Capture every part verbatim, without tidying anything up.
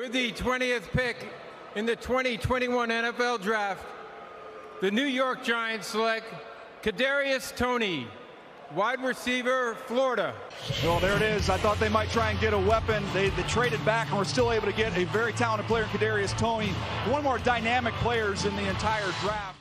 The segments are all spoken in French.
With the twentieth pick in the twenty twenty-one N F L Draft, the New York Giants select Kadarius Toney, wide receiver, Florida. Well, there it is. I thought they might try and get a weapon. They, they traded back and were still able to get a very talented player in Kadarius Toney, one of the more dynamic players in the entire draft.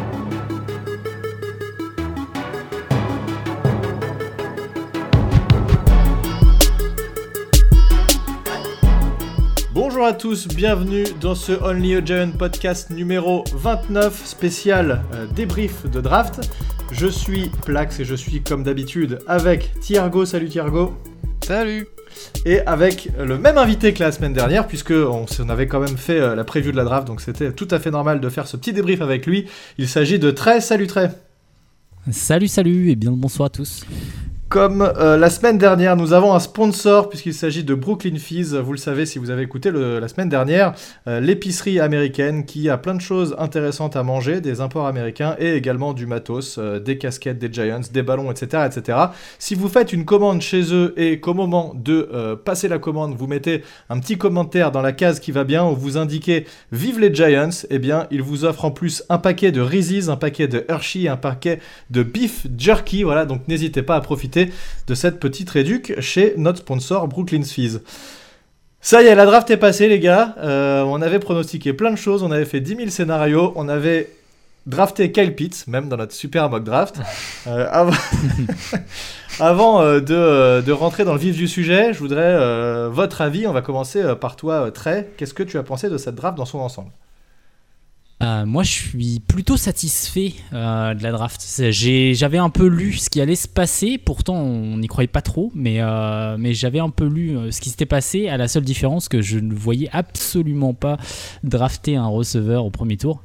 Bonjour à tous, bienvenue dans ce Only a Giant podcast numéro vingt-neuf, spécial euh, débrief de draft. Je suis Plax et je suis comme d'habitude avec Thiergo. Salut Thiergo. Salut. Et avec le même invité que la semaine dernière, puisque on, on avait quand même fait euh, la preview de la draft, donc c'était tout à fait normal de faire ce petit débrief avec lui. Il s'agit de Trey. Salut Trey. Salut, salut et bien le bonsoir à tous. Comme euh, la semaine dernière, nous avons un sponsor puisqu'il s'agit de Brooklyn Fizz. Vous le savez si vous avez écouté le, la semaine dernière, euh, l'épicerie américaine qui a plein de choses intéressantes à manger, des imports américains et également du matos, euh, des casquettes des Giants, des ballons, et cetera, et cetera. Si vous faites une commande chez eux et qu'au moment de euh, passer la commande, vous mettez un petit commentaire dans la case qui va bien où vous indiquez « Vive les Giants », eh bien, ils vous offrent en plus un paquet de Reese's, un paquet de Hershey, un paquet de beef jerky. Voilà, donc n'hésitez pas à profiter de cette petite réduc chez notre sponsor Brooklyn Fizz. Ça y est, la draft est passée les gars, euh, on avait pronostiqué plein de choses, on avait fait dix mille scénarios, on avait drafté Kyle Pitts, même dans notre super mock draft. Euh, avant avant euh, de, de rentrer dans le vif du sujet, je voudrais euh, votre avis, on va commencer euh, par toi euh, Trey. Qu'est-ce que tu as pensé de cette draft dans son ensemble ? Euh, moi, je suis plutôt satisfait euh, de la draft. J'ai, j'avais un peu lu ce qui allait se passer. Pourtant, on n'y croyait pas trop. Mais, euh, mais j'avais un peu lu euh, ce qui s'était passé. À la seule différence que je ne voyais absolument pas drafter un receveur au premier tour.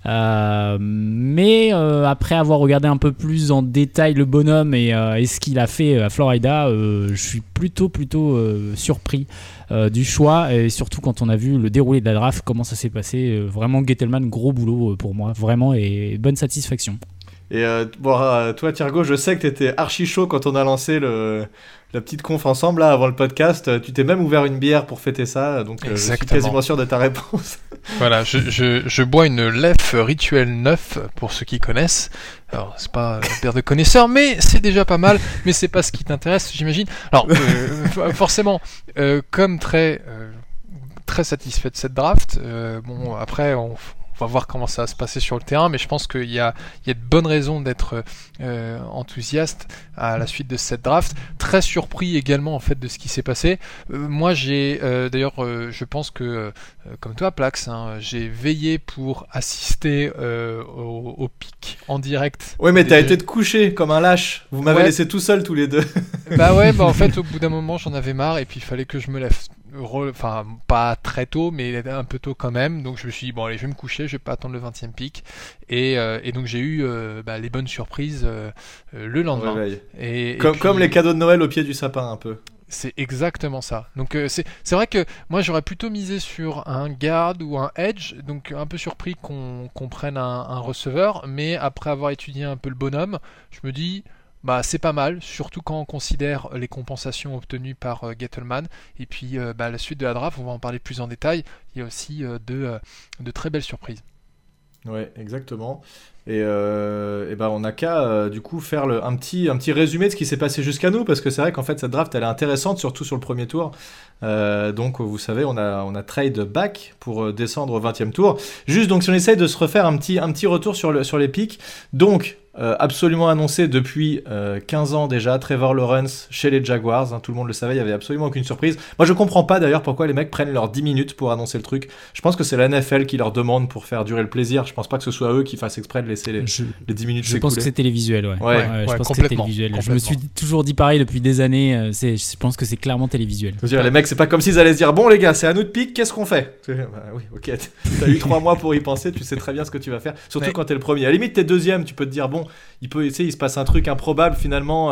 Euh, mais euh, après avoir regardé un peu plus en détail le bonhomme et, euh, et ce qu'il a fait à Florida, euh, je suis plutôt, plutôt euh, surpris euh, du choix. Et surtout quand on a vu le déroulé de la draft, comment ça s'est passé. Euh, vraiment, Gettleman, gros boulot pour moi, vraiment, et bonne satisfaction. Et euh, bon, euh, toi Thiergo, je sais que t'étais archi chaud quand on a lancé le, la petite conf ensemble là, avant le podcast. Tu t'es même ouvert une bière pour fêter ça, donc euh, je suis quasiment sûr de ta réponse. Voilà, je, je, je bois une Lef Rituel neuf pour ceux qui connaissent. Alors, c'est pas une bière de connaisseurs, mais c'est déjà pas mal. Mais c'est pas ce qui t'intéresse, j'imagine. Alors, euh, forcément, euh, comme très, euh, très satisfait de cette draft, euh, bon, après, on. On va voir comment ça va se passer sur le terrain, mais je pense qu'il y a, il y a de bonnes raisons d'être euh, enthousiaste à la suite de cette draft. Très surpris également en fait de ce qui s'est passé. Euh, moi, j'ai euh, d'ailleurs, euh, je pense que euh, comme toi, Plax, hein, j'ai veillé pour assister euh, au, au pic en direct. Oui, mais t'as été te coucher comme un lâche. Vous m'avez ouais. laissé tout seul tous les deux. Bah ouais, bah en fait, au bout d'un moment, j'en avais marre et puis il fallait que je me lève. Enfin, pas très tôt, mais un peu tôt quand même. Donc je me suis dit, bon allez, je vais me coucher, je vais pas attendre le vingtième pick. Et, euh, et donc j'ai eu euh, bah, les bonnes surprises euh, euh, le lendemain. Et, comme, et puis, comme les cadeaux de Noël au pied du sapin un peu. C'est exactement ça. Donc euh, c'est, c'est vrai que moi j'aurais plutôt misé sur un guard ou un edge. Donc un peu surpris qu'on, qu'on prenne un, un receveur. Mais après avoir étudié un peu le bonhomme, je me dis... Bah, c'est pas mal, surtout quand on considère les compensations obtenues par euh, Gettleman. Et puis euh, bah, la suite de la draft, on va en parler plus en détail. Il y a aussi euh, de, euh, de très belles surprises. Ouais, exactement. Et, euh, et bah on n'a qu'à euh, du coup faire le, un, petit, un petit résumé de ce qui s'est passé jusqu'à nous, parce que c'est vrai qu'en fait cette draft elle est intéressante, surtout sur le premier tour. Euh, donc vous savez, on a, on a trade back pour euh, descendre au vingtième tour. Juste donc si on essaye de se refaire un petit, un petit retour sur, le, sur les picks. Donc euh, absolument annoncé depuis euh, quinze ans déjà, Trevor Lawrence chez les Jaguars, hein, tout le monde le savait, il n'y avait absolument aucune surprise. Moi je comprends pas d'ailleurs pourquoi les mecs prennent leurs dix minutes pour annoncer le truc. Je pense que c'est la N F L qui leur demande pour faire durer le plaisir. Je pense pas que ce soit eux qui fassent exprès de laisser les, je, les dix minutes je s'écouler. pense que c'est télévisuel, ouais. Ouais, ouais, ouais, ouais je ouais, pense que c'est télévisuel. Je me suis toujours dit pareil depuis des années, c'est, je pense que c'est clairement télévisuel. C'est-à-dire, les mecs, c'est pas comme s'ils allaient se dire, bon les gars, c'est à nous de pique, qu'est-ce qu'on fait ? Bah oui, ok, t'as eu trois mois pour y penser, tu sais très bien ce que tu vas faire, surtout ouais. quand t'es le premier. À la limite, t'es deuxième, tu peux te dire, bon, il peut essayer, il se passe un truc improbable finalement, euh,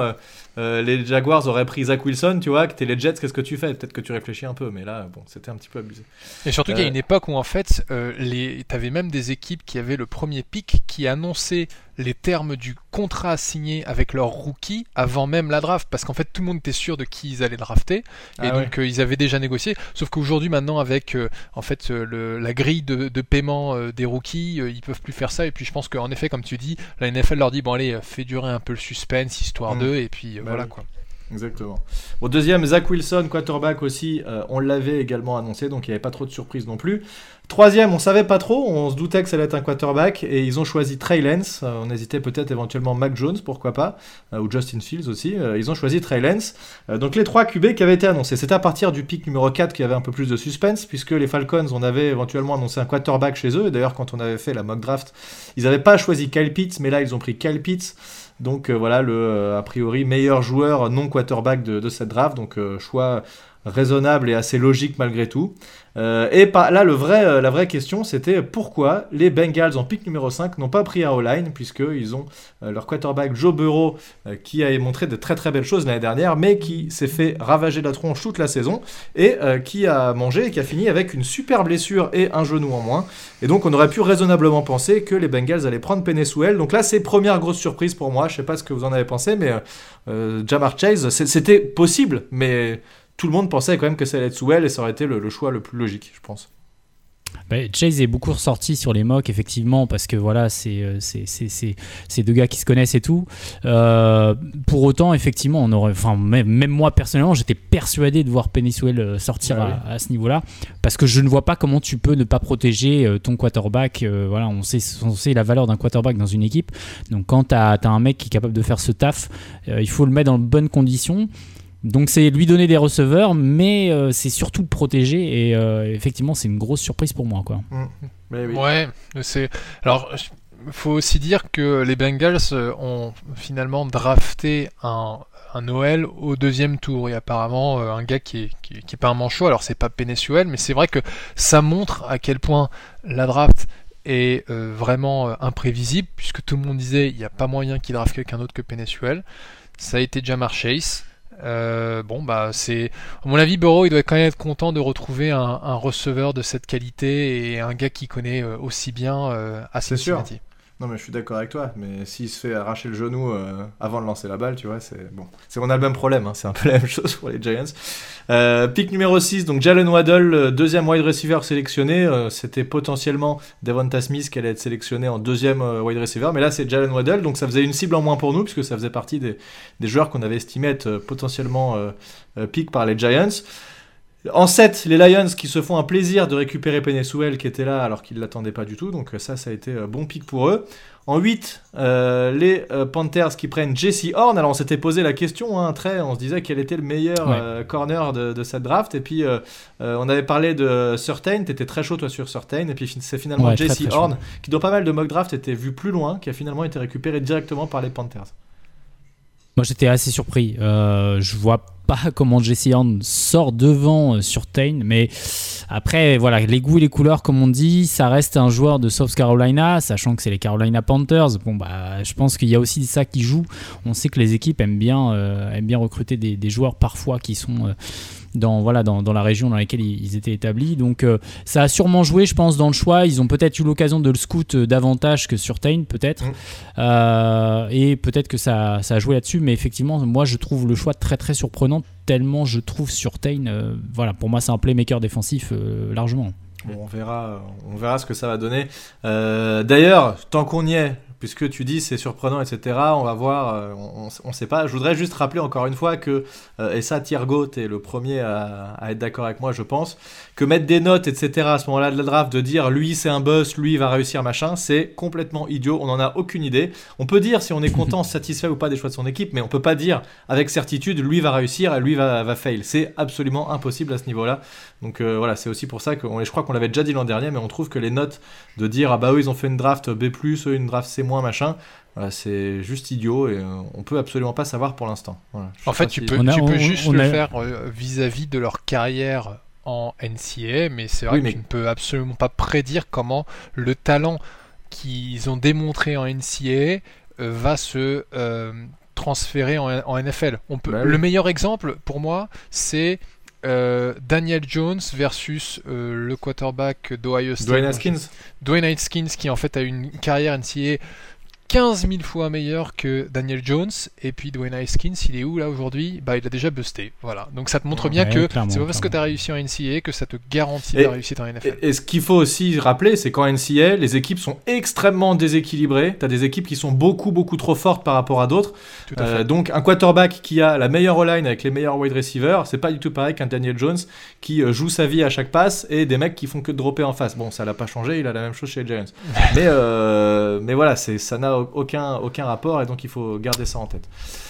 euh, les Jaguars auraient pris Zach Wilson, tu vois, que t'es les Jets, qu'est-ce que tu fais? Peut-être que tu réfléchis un peu, mais là, bon, c'était un petit peu abusé. Et surtout euh... qu'il y a une époque où en fait, euh, les... t'avais même des équipes qui avaient le premier pick qui annonçaient les termes du contrat signé avec leur rookie avant même la draft, parce qu'en fait tout le monde était sûr de qui ils allaient drafter, et ah donc ouais. euh, ils avaient déjà négocié. Sauf qu'aujourd'hui maintenant avec euh, en fait euh, le, la grille de, de paiement euh, des rookies, euh, ils peuvent plus faire ça. Et puis je pense qu'en effet, comme tu dis, la N F L leur dit bon allez, fais durer un peu le suspense histoire mmh. d'eux, et puis euh, bah voilà oui. quoi. Exactement. Bon, deuxième, Zach Wilson, quarterback aussi, euh, on l'avait également annoncé, donc il n'y avait pas trop de surprises non plus. Troisième, on savait pas trop, on se doutait que ça allait être un quarterback, et ils ont choisi Trey Lance. Euh, on hésitait peut-être éventuellement Mac Jones, pourquoi pas, euh, ou Justin Fields aussi. Euh, ils ont choisi Trey Lance. Euh, donc les trois Q B qui avaient été annoncés. C'est à partir du pick numéro quatre qu'il y avait un peu plus de suspense, puisque les Falcons, on avait éventuellement annoncé un quarterback chez eux, et d'ailleurs quand on avait fait la mock draft, ils n'avaient pas choisi Kyle Pitts, mais là ils ont pris Kyle Pitts. Donc euh, voilà, le euh, a priori meilleur joueur non quarterback de, de cette draft, donc euh, choix raisonnable et assez logique malgré tout. Euh, et par, là, le vrai, euh, la vraie question, c'était pourquoi les Bengals en pick numéro cinq n'ont pas pris un O-line, puisqu'ils ont euh, leur quarterback Joe Burrow, euh, qui a montré de très très belles choses l'année dernière, mais qui s'est fait ravager la tronche toute la saison, et euh, qui a mangé et qui a fini avec une super blessure et un genou en moins. Et donc on aurait pu raisonnablement penser que les Bengals allaient prendre Penei Sewell. Donc là, c'est première grosse surprise pour moi. Je sais pas ce que vous en avez pensé, mais euh, Ja'Marr Chase, c'était possible, mais tout le monde pensait quand même que ça allait être Sewell, et ça aurait été le, le choix le plus logique, je pense. Bah, Chase est beaucoup ressorti sur les mocks, effectivement, parce que voilà, c'est, c'est, c'est, c'est, c'est deux gars qui se connaissent et tout. Euh, pour autant, effectivement, on aurait, enfin, même, même moi personnellement, j'étais persuadé de voir Penei Sewell sortir ah, à, oui. à ce niveau-là, parce que je ne vois pas comment tu peux ne pas protéger ton quarterback. Euh, voilà, on sait, on sait la valeur d'un quarterback dans une équipe. Donc, quand tu as un mec qui est capable de faire ce taf, euh, il faut le mettre dans de bonnes conditions. Donc c'est lui donner des receveurs, mais euh, c'est surtout le protéger, et euh, effectivement c'est une grosse surprise pour moi, quoi. Mmh. Mais oui. Ouais, c'est. Alors il faut aussi dire que les Bengals ont finalement drafté un, un Noël au deuxième tour, et apparemment euh, un gars qui est, qui, qui est pas un manchot. Alors c'est pas Penei Sewell, mais c'est vrai que ça montre à quel point la draft est euh, vraiment euh, imprévisible, puisque tout le monde disait il n'y a pas moyen qu'il draft quelqu'un d'autre que Penei Sewell. Ça a été Ja'Marr Chase. Euh, bon bah c'est à mon avis Burrow il doit quand même être content de retrouver un, un receveur de cette qualité et un gars qui connaît euh, aussi bien euh, à Cincinnati. Non mais je suis d'accord avec toi, mais s'il se fait arracher le genou euh, avant de lancer la balle, tu vois, c'est bon. C'est, on a le même problème, hein. C'est un peu la même chose pour les Giants. Euh, pick numéro six, donc Jalen Waddle, deuxième wide receiver sélectionné. Euh, c'était potentiellement Devonta Smith qui allait être sélectionné en deuxième euh, wide receiver, mais là c'est Jalen Waddle, donc ça faisait une cible en moins pour nous, puisque ça faisait partie des, des joueurs qu'on avait estimé être euh, potentiellement euh, euh, pick par les Giants. En sept, les Lions qui se font un plaisir de récupérer Penei Sewell qui était là alors qu'ils ne l'attendaient pas du tout, donc ça, ça a été un bon pick pour eux. En huit, euh, les euh, Panthers qui prennent Jesse Horn. Alors on s'était posé la question, hein, très, on se disait quel était le meilleur ouais. euh, corner de, de cette draft, et puis euh, euh, on avait parlé de Surtain, t'étais très chaud toi sur Surtain, et puis c'est finalement ouais, Jesse Horn, qui dans pas mal de mock draft était vu plus loin, qui a finalement été récupéré directement par les Panthers. Moi j'étais assez surpris, euh, je vois pas comment Jesse Horn sort devant euh, Surtain, mais après voilà, les goûts et les couleurs comme on dit, ça reste un joueur de South Carolina, sachant que c'est les Carolina Panthers. Bon bah je pense qu'il y a aussi ça qui joue. On sait que les équipes aiment bien, euh, aiment bien recruter des, des joueurs parfois qui sont euh, dans, voilà, dans, dans la région dans laquelle ils, ils étaient établis, donc euh, ça a sûrement joué, je pense, dans le choix. Ils ont peut-être eu l'occasion de le scout davantage que Surtain, peut-être, mmh. euh, et peut-être que ça, ça a joué là-dessus, mais effectivement moi je trouve le choix très très surprenant, tellement je trouve Surtain, euh, voilà, pour moi c'est un playmaker défensif euh, largement. Bon, on verra, on verra ce que ça va donner. Euh, d'ailleurs, tant qu'on y est, puisque tu dis c'est surprenant, et cetera, on va voir, euh, on ne sait pas. Je voudrais juste rappeler encore une fois que, euh, et ça Thiergo, t'es le premier à, à être d'accord avec moi, je pense, que mettre des notes, et cetera, à ce moment-là de la draft, de dire lui c'est un boss, lui il va réussir, machin, c'est complètement idiot, on n'en a aucune idée. On peut dire si on est content, satisfait ou pas des choix de son équipe, mais on peut pas dire avec certitude lui va réussir et lui va, va fail. C'est absolument impossible à ce niveau-là. Donc euh, voilà, c'est aussi pour ça que on, je crois qu'on l'avait déjà dit l'an dernier, mais on trouve que les notes de dire ah bah eux ils ont fait une draft B plus, eux une draft C moins, machin, voilà, c'est juste idiot, et euh, on peut absolument pas savoir pour l'instant. Voilà, en fait, tu si... peux, a, tu on, peux juste on, on le a... faire euh, vis-à-vis de leur carrière en N C A A, mais c'est vrai oui, que mais... tu ne peux absolument pas prédire comment le talent qu'ils ont démontré en N C A A euh, va se euh, transférer en, en N F L. On peut, bah, le oui. meilleur exemple pour moi, c'est euh, Daniel Jones versus euh, le quarterback d'Ohio State. Dwayne Haskins. Dwayne Haskins, qui en fait a une carrière N C A A quinze mille fois meilleur que Daniel Jones. Et puis Dwayne Haskins, il est où là aujourd'hui? Bah, il a déjà busté. Voilà. Donc ça te montre bien Ouais, que clairement, c'est pas parce que clairement. tu as réussi en N C A A que ça te garantit Et- la réussite en N F L. Et, et ce qu'il faut aussi rappeler, c'est qu'en N C A A, les équipes sont extrêmement déséquilibrées. T'as des équipes qui sont beaucoup, beaucoup trop fortes par rapport à d'autres. Tout à fait. Euh, donc, un quarterback qui a la meilleure O-line avec les meilleurs wide receivers, c'est pas du tout pareil qu'un Daniel Jones qui euh, joue sa vie à chaque passe et des mecs qui font que de dropper en face. Bon, ça l'a pas changé, il a la même chose chez les Giants. mais, euh, mais voilà, c'est, ça n'a aucun, aucun rapport et donc il faut garder ça en tête.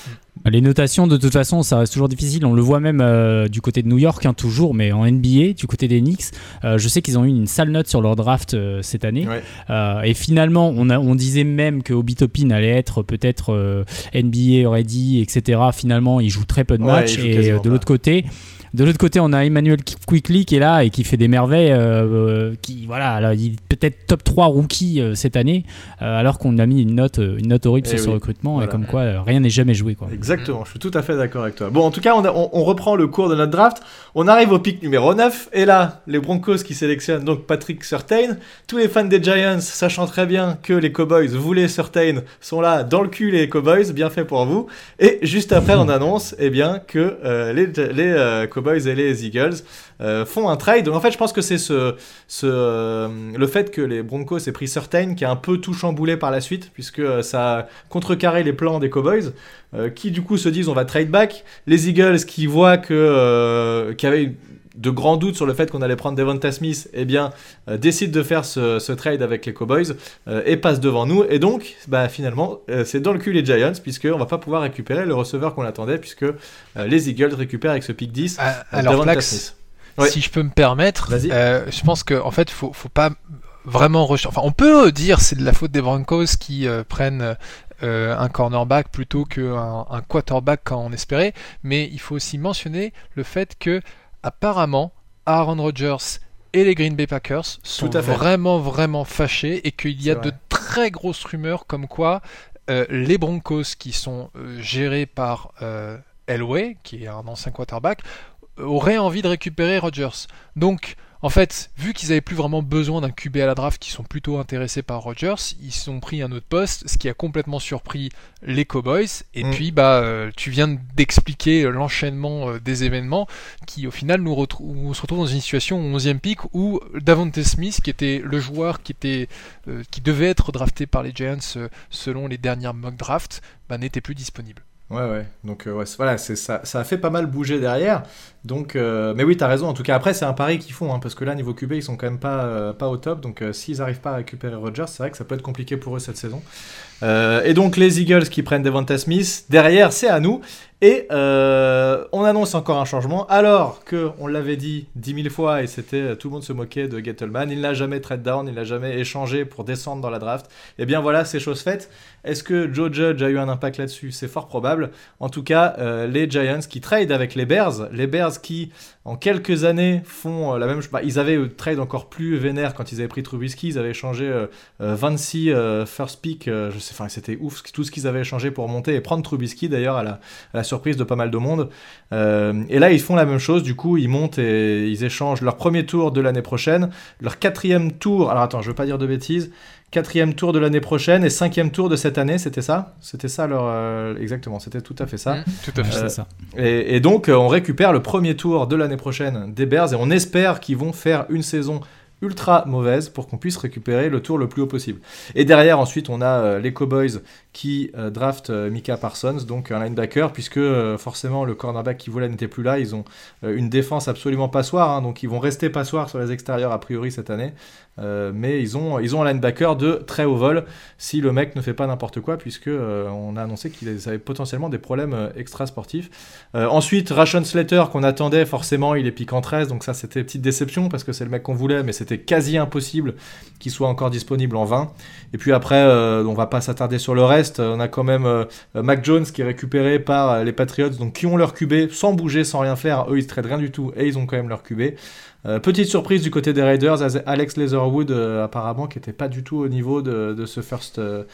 Les notations, de toute façon, ça reste toujours difficile. On le voit même euh, du côté de New York, hein, toujours, mais en N B A, du côté des Knicks. Euh, je sais qu'ils ont eu une sale note sur leur draft euh, cette année. Ouais. Euh, et finalement, on, a, on disait même que Obi Toppin allait être peut-être euh, N B A ready, et cetera. Finalement, il joue très peu de Ouais, matchs. il joue Et quasiment euh, de l'autre pas. côté. De l'autre côté, on a Emmanuel Quickley qui est là et qui fait des merveilles, euh, euh, qui voilà, là, il est peut-être top trois rookie euh, cette année, euh, alors qu'on a mis une note, euh, une note horrible Eh sur ce oui. recrutement, Voilà. et comme quoi euh, rien n'est jamais joué, quoi. Exactement, je suis tout à fait d'accord avec toi. Bon, en tout cas, on, a- on, on reprend le cours de notre draft. On arrive au pick numéro neuf. Et là, les Broncos qui sélectionnent donc Patrick Surtain. Tous les fans des Giants, sachant très bien que les Cowboys voulaient Surtain, sont là dans le cul, les Cowboys, bien fait pour vous. Et juste après, on annonce eh bien, que euh, les, les euh, Cowboys et les Eagles euh, font un trade. Donc en fait, je pense que c'est ce, ce, euh, le fait que les Broncos aient pris Surtain qui a un peu tout chamboulé par la suite, puisque euh, ça a contrecarré les plans des Cowboys. Euh, qui du coup se disent on va trade back, les Eagles qui voient que euh, qu'il y avait de grands doutes sur le fait qu'on allait prendre Devonta Smith, eh bien euh, décident de faire ce, ce trade avec les Cowboys euh, et passent devant nous, et donc bah, finalement euh, c'est dans le cul les Giants, puisqu'on va pas pouvoir récupérer le receveur qu'on attendait, puisque euh, les Eagles récupèrent avec ce pick dix Ah, euh, alors Devonta Max, Smith. Ouais. si je peux me permettre, Vas-y. euh, je pense qu'en en fait, faut, faut pas vraiment rechercher. Enfin, on peut dire c'est de la faute des Broncos qui euh, prennent euh, un cornerback plutôt qu'un un quarterback quand on espérait, mais il faut aussi mentionner le fait que apparemment Aaron Rodgers et les Green Bay Packers sont Tout à fait. vraiment vraiment fâchés et qu'il y C'est a vrai. de très grosses rumeurs comme quoi euh, les Broncos qui sont euh, gérés par euh, Elway, qui est un ancien quarterback, auraient envie de récupérer Rodgers. Donc, en fait, vu qu'ils n'avaient plus vraiment besoin d'un Q B à la draft, qui sont plutôt intéressés par Rodgers, ils se sont pris un autre poste, ce qui a complètement surpris les Cowboys. Et Mm. puis, bah, euh, tu viens d'expliquer euh, l'enchaînement euh, des événements qui, au final, nous retrou- où on se retrouve dans une situation au onzième pick où Davante Smith, qui était le joueur qui était, euh, qui devait être drafté par les Giants euh, selon les dernières mock drafts, bah, n'était plus disponible. Ouais, ouais. Donc, euh, ouais, c'est- voilà, c'est, ça, ça a fait pas mal bouger derrière. Donc, euh, mais oui, t'as raison. En tout cas, après, c'est un pari qu'ils font, hein, parce que là, niveau Q B, ils sont quand même pas, euh, pas au top. Donc, euh, s'ils arrivent pas à récupérer Rodgers, c'est vrai que ça peut être compliqué pour eux cette saison. Euh, et donc, les Eagles qui prennent Devonta Smith. Derrière, c'est à nous. Et euh, on annonce encore un changement, alors que on l'avait dit dix mille fois et c'était tout le monde se moquait de Gettleman. Il n'a jamais trade down, il n'a jamais échangé pour descendre dans la draft. Et bien voilà, c'est chose faite. Est-ce que Joe Judge a eu un impact là-dessus? C'est fort probable. En tout cas, euh, les Giants qui trade avec les Bears, les Bears qui en quelques années font euh, la même chose. Bah, ils avaient eu trade encore plus vénère quand ils avaient pris Trubisky. Ils avaient échangé euh, euh, vingt-six euh, first pick. Euh, je sais, enfin c'était ouf tout ce qu'ils avaient échangé pour monter et prendre Trubisky d'ailleurs à la, à la surprise de pas mal de monde. Euh, et là, ils font la même chose. Du coup, ils montent et ils échangent leur premier tour de l'année prochaine, leur quatrième tour. Alors attends, je veux pas dire de bêtises. Quatrième tour de l'année prochaine et cinquième tour de cette année, c'était ça? C'était ça leur euh, exactement. C'était tout à fait ça. Mmh, tout à fait. Ouais, Euh, c'est ça. Et, et donc, euh, on récupère le premier tour de l'année prochaine des Bears et on espère qu'ils vont faire une saison ultra mauvaise pour qu'on puisse récupérer le tour le plus haut possible. Et derrière, ensuite, on a euh, les Cowboys qui euh, draftent euh, Micah Parsons, donc un linebacker, puisque euh, forcément le cornerback qui voulait n'était plus là. Ils ont euh, une défense absolument passoire, hein, donc ils vont rester passoires sur les extérieurs a priori cette année. Euh, mais ils ont, ils ont un linebacker de très haut vol si le mec ne fait pas n'importe quoi, puisque euh, on a annoncé qu'il avait potentiellement des problèmes euh, extra-sportifs. Euh, ensuite, Rashawn Slater qu'on attendait, forcément il est pick en treize, donc ça c'était petite déception parce que c'est le mec qu'on voulait, mais c'était quasi impossible qu'il soit encore disponible en vingt. Et puis après, euh, on va pas s'attarder sur le reste, on a quand même euh, Mac Jones qui est récupéré par euh, les Patriots, donc qui ont leur Q B sans bouger, sans rien faire. Eux ils se traitent rien du tout et ils ont quand même leur Q B. Euh, petite surprise du côté des Raiders, Alex Leatherwood euh, apparemment qui n'était pas du tout au niveau de, de ce first, euh,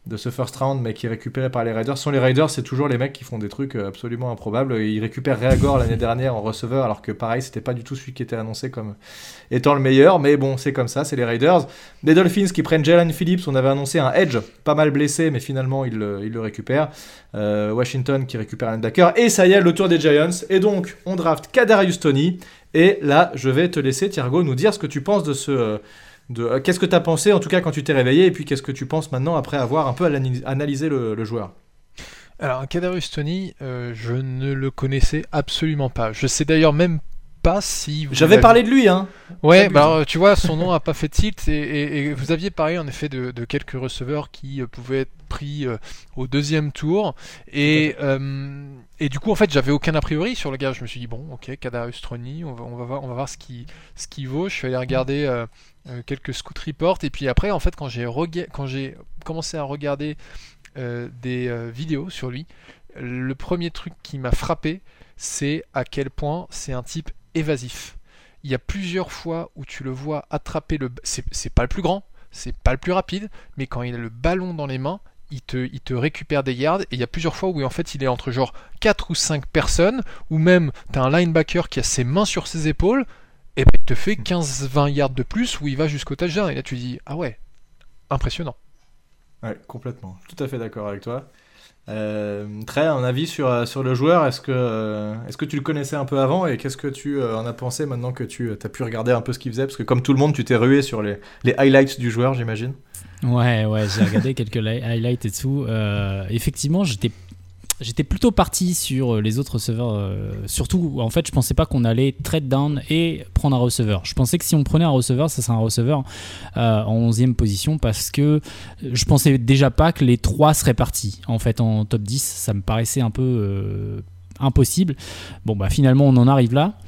de ce first round, mais qui est récupéré par les Raiders. Sans les Raiders, c'est toujours les mecs qui font des trucs absolument improbables. Ils récupèrent Reagor l'année dernière en receveur, alors que pareil, c'était pas du tout celui qui était annoncé comme étant le meilleur. Mais bon, c'est comme ça, c'est les Raiders. Les Dolphins qui prennent Jalen Phillips, on avait annoncé un edge, pas mal blessé, mais finalement ils le, ils le récupèrent. Euh, Washington qui récupère un linebacker. Et ça y est, le tour des Giants. Et donc, on draft Kadarius Toney. Et là, je vais te laisser, Thiergo, nous dire ce que tu penses de ce... De, euh, qu'est-ce que tu as pensé, en tout cas, quand tu t'es réveillé, et puis qu'est-ce que tu penses maintenant, après avoir un peu analysé le, le joueur. Alors, Kadarius Toney, euh, je ne le connaissais absolument pas. Je sais d'ailleurs même pas si... Vous J'avais l'avez... parlé de lui, hein. Ouais, bah, alors, tu vois, son nom a pas fait tilt, et, et, et vous aviez parlé, en effet, de, de quelques receveurs qui euh, pouvaient être pris euh, au deuxième tour, et... Et du coup, en fait, j'avais aucun a priori sur le gars. Je me suis dit, bon, ok, Kadarius Toney, on va, on va voir, on va voir ce qu'il ce qu'il vaut. Je suis allé regarder euh, euh, quelques scout reports. Et puis après, en fait, quand j'ai, rega- quand j'ai commencé à regarder euh, des euh, vidéos sur lui, le premier truc qui m'a frappé, c'est à quel point c'est un type évasif. Il y a plusieurs fois où tu le vois attraper le... C'est, c'est pas le plus grand, c'est pas le plus rapide, mais quand il a le ballon dans les mains, Il te, il te récupère des yards, et il y a plusieurs fois où en fait il est entre genre quatre ou cinq personnes, ou même t'as un linebacker qui a ses mains sur ses épaules, et ben il te fait quinze vingt yards de plus où il va jusqu'au touchdown, et là tu dis ah ouais, impressionnant. Ouais, complètement, tout à fait d'accord avec toi. Euh, Trey, un avis sur, sur le joueur, est-ce que, euh, est-ce que tu le connaissais un peu avant, et qu'est-ce que tu euh, en as pensé maintenant que tu as pu regarder un peu ce qu'il faisait, parce que comme tout le monde tu t'es rué sur les, les highlights du joueur, j'imagine. Ouais, ouais, j'ai regardé quelques highlights et tout. Euh, effectivement, j'étais, j'étais plutôt parti sur les autres receveurs. Euh, surtout, en fait, je pensais pas qu'on allait trade down et prendre un receveur. Je pensais que si on prenait un receveur, ça serait un receveur euh, en onzième position, parce que je pensais déjà pas que les trois seraient partis. En fait, en top dix, ça me paraissait un peu euh, impossible. Bon, bah finalement, on en arrive là.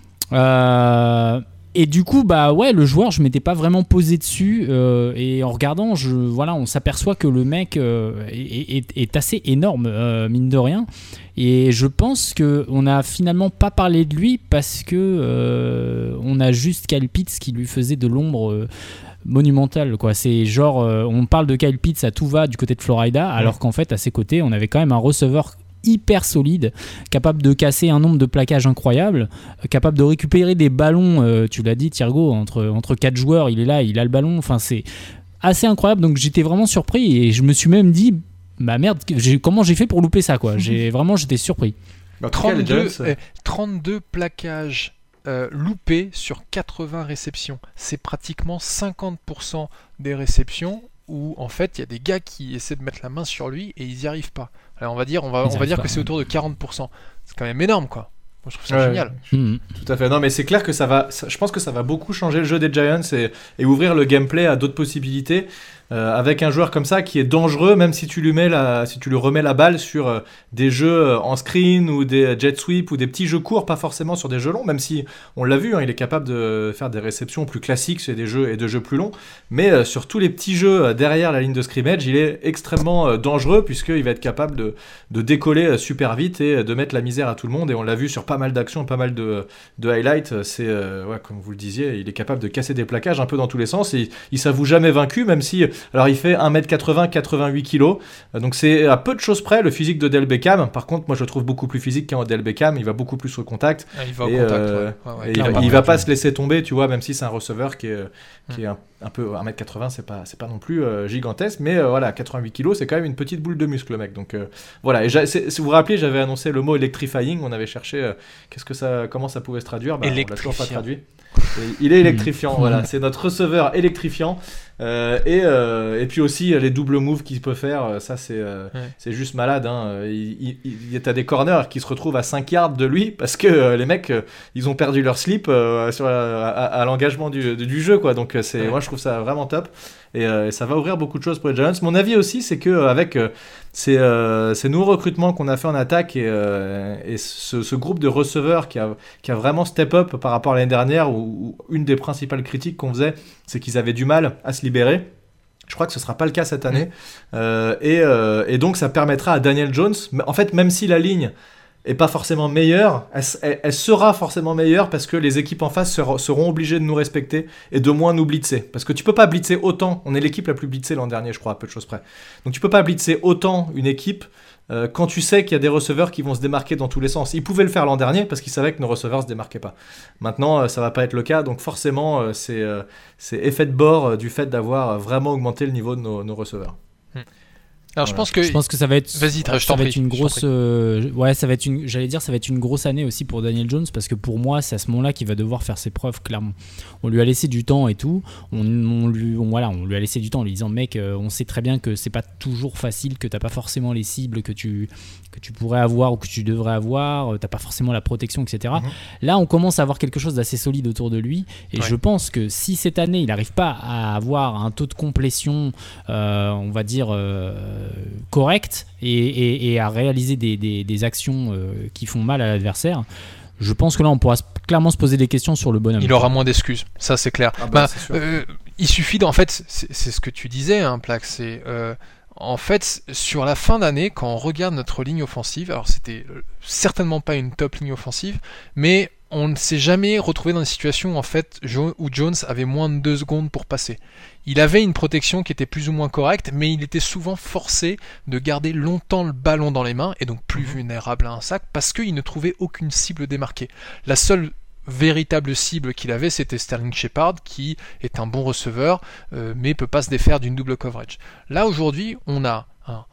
Euh... Et du coup, bah ouais, le joueur, je m'étais pas vraiment posé dessus. Euh, et en regardant, je, voilà, on s'aperçoit que le mec euh, est, est, est assez énorme, euh, mine de rien. Et je pense qu'on n'a finalement pas parlé de lui parce que euh, on a juste Kyle Pitts qui lui faisait de l'ombre euh, monumentale, quoi. C'est genre, euh, on parle de Kyle Pitts à tout va du côté de Florida, alors qu'en fait, à ses côtés, on avait quand même un receveur hyper solide, capable de casser un nombre de plaquages incroyable, capable de récupérer des ballons, euh, tu l'as dit Thiergo, entre, entre quatre joueurs, il est là, il a le ballon, enfin c'est assez incroyable. Donc j'étais vraiment surpris, et je me suis même dit, bah merde, j'ai, comment j'ai fait pour louper ça, quoi. J'ai, vraiment j'étais surpris. trente-deux, eh, trente-deux plaquages euh, loupés sur quatre-vingts réceptions, c'est pratiquement cinquante pour cent des réceptions où en fait il y a des gars qui essaient de mettre la main sur lui et ils n'y arrivent pas. Alors on va dire, on va, on va dire pas, que c'est autour de quarante pour cent. C'est quand même énorme, quoi. Moi, je trouve ça ouais, génial. Mmh. Tout à fait. Non, mais c'est clair que ça va. Ça, je pense que ça va beaucoup changer le jeu des Giants et, et ouvrir le gameplay à d'autres possibilités. Euh, avec un joueur comme ça qui est dangereux, même si tu lui mets la, si tu lui remets la balle sur euh, des jeux euh, en screen ou des jet sweep ou des petits jeux courts, pas forcément sur des jeux longs. Même si on l'a vu, hein, il est capable de faire des réceptions plus classiques sur des jeux et de jeux plus longs. Mais euh, sur tous les petits jeux euh, derrière la ligne de scrimmage, il est extrêmement euh, dangereux puisqu'il va être capable de, de décoller euh, super vite et euh, de mettre la misère à tout le monde. Et on l'a vu sur pas mal d'actions, pas mal de, de highlights. C'est euh, ouais, comme vous le disiez, il est capable de casser des plaquages un peu dans tous les sens. Et il s'avoue jamais vaincu, même si alors il fait un mètre quatre-vingts, quatre-vingt-huit kilos, donc c'est à peu de choses près le physique de Del Beckham. Par contre, moi je le trouve beaucoup plus physique qu'Odell Beckham. Il va beaucoup plus au contact. Ah, il va au et, contact, euh, ouais. Ouais, ouais, et il va, il va pas se laisser tomber, tu vois, même si c'est un receveur qui est, qui est un, un peu un mètre quatre-vingts, c'est pas, c'est pas non plus euh, gigantesque, mais euh, voilà, quatre-vingt-huit kilos, c'est quand même une petite boule de muscle, le mec. Donc euh, voilà. Et si vous vous rappelez, j'avais annoncé le mot electrifying. On avait cherché euh, qu'est-ce que ça, comment ça pouvait se traduire. Bah, on l'a toujours pas traduit. Et il est électrifiant, voilà, c'est notre receveur électrifiant. Euh, et, euh, et puis aussi les doubles moves qu'il peut faire, ça c'est, euh, ouais. c'est juste malade. Hein. Il, il, il, t'as des corners qui se retrouvent à cinq yards de lui parce que euh, les mecs euh, ils ont perdu leur slip euh, sur la, à, à l'engagement du, du jeu, quoi. Donc c'est, ouais. moi je trouve ça vraiment top. Et, euh, et ça va ouvrir beaucoup de choses pour les Giants. Mon avis aussi, c'est qu'avec euh, ces, euh, ces nouveaux recrutements qu'on a fait en attaque et, euh, et ce, ce groupe de receveurs qui a, qui a vraiment step up par rapport à l'année dernière, où, où une des principales critiques qu'on faisait, c'est qu'ils avaient du mal à se libérer. Je crois que ce ne sera pas le cas cette année. Mmh. Euh, et, euh, et donc, ça permettra à Daniel Jones, en fait, même si la ligne est pas forcément meilleure, elle, elle, elle sera forcément meilleure parce que les équipes en face ser, seront obligées de nous respecter et de moins nous blitzer. Parce que tu peux pas blitzer autant, on est l'équipe la plus blitzée l'an dernier, je crois, à peu de choses près. Donc tu peux pas blitzer autant une équipe euh, quand tu sais qu'il y a des receveurs qui vont se démarquer dans tous les sens. Ils pouvaient le faire l'an dernier parce qu'ils savaient que nos receveurs se démarquaient pas. Maintenant, euh, ça va pas être le cas, donc forcément, euh, c'est, euh, c'est effet de bord euh, du fait d'avoir vraiment augmenté le niveau de nos, nos receveurs. Hmm. Alors voilà. je pense que je pense que ça va être vas-y je ça t'en va prie, être une grosse euh, ouais ça va être une j'allais dire ça va être une grosse année aussi pour Daniel Jones parce que pour moi c'est à ce moment-là qu'il va devoir faire ses preuves clairement. On lui a laissé du temps et tout, on, on lui on, voilà on lui a laissé du temps en lui disant mec euh, on sait très bien que c'est pas toujours facile, que t'as pas forcément les cibles que tu que tu pourrais avoir ou que tu devrais avoir, t'as pas forcément la protection, et cetera. Mm-hmm. Là on commence à avoir quelque chose d'assez solide autour de lui et ouais. je pense que si cette année il n'arrive pas à avoir un taux de complétion euh, on va dire euh, correct Et, et, et à réaliser des, des, des actions euh, qui font mal à l'adversaire, je pense que là on pourra clairement se poser des questions sur le bonhomme. Il aura moins d'excuses, ça c'est clair. Ah bah, bah, c'est euh, il suffit d'en fait, c'est, c'est ce que tu disais, hein, Plaque, c'est euh, en fait sur la fin d'année quand on regarde notre ligne offensive, alors c'était certainement pas une top ligne offensive, mais on ne s'est jamais retrouvé dans une situation en fait où Jones avait moins de deux secondes pour passer. Il avait une protection qui était plus ou moins correcte, mais il était souvent forcé de garder longtemps le ballon dans les mains et donc plus vulnérable à un sac parce qu'il ne trouvait aucune cible démarquée. La seule véritable cible qu'il avait, c'était Sterling Shepard, qui est un bon receveur, euh, mais peut pas se défaire d'une double coverage. Là aujourd'hui, on a un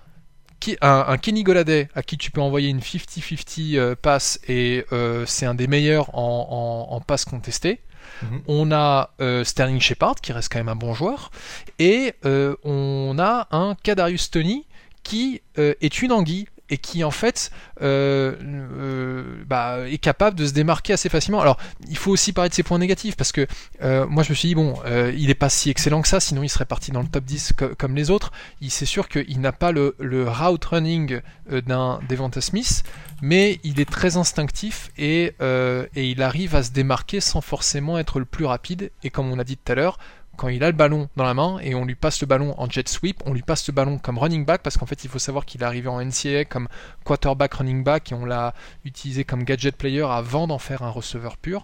Un, un Kenny Golladay à qui tu peux envoyer une cinquante cinquante euh, passe et euh, c'est un des meilleurs en, en, en passe contestée. Mm-hmm. On a euh, Sterling Shepard qui reste quand même un bon joueur et euh, on a un Kadarius Toney qui euh, est une anguille et qui en fait euh, euh, bah, est capable de se démarquer assez facilement. Alors il faut aussi parler de ses points négatifs parce que euh, moi je me suis dit bon euh, il est pas si excellent que ça, sinon il serait parti dans le top dix co- comme les autres. Il, c'est sûr qu'il n'a pas le, le route running euh, d'un Devonta Smith, mais il est très instinctif et, euh, et il arrive à se démarquer sans forcément être le plus rapide, et comme on l'a dit tout à l'heure, quand il a le ballon dans la main et on lui passe le ballon en jet sweep, on lui passe le ballon comme running back, parce qu'en fait il faut savoir qu'il est arrivé en N C A A comme quarterback running back et on l'a utilisé comme gadget player avant d'en faire un receveur pur.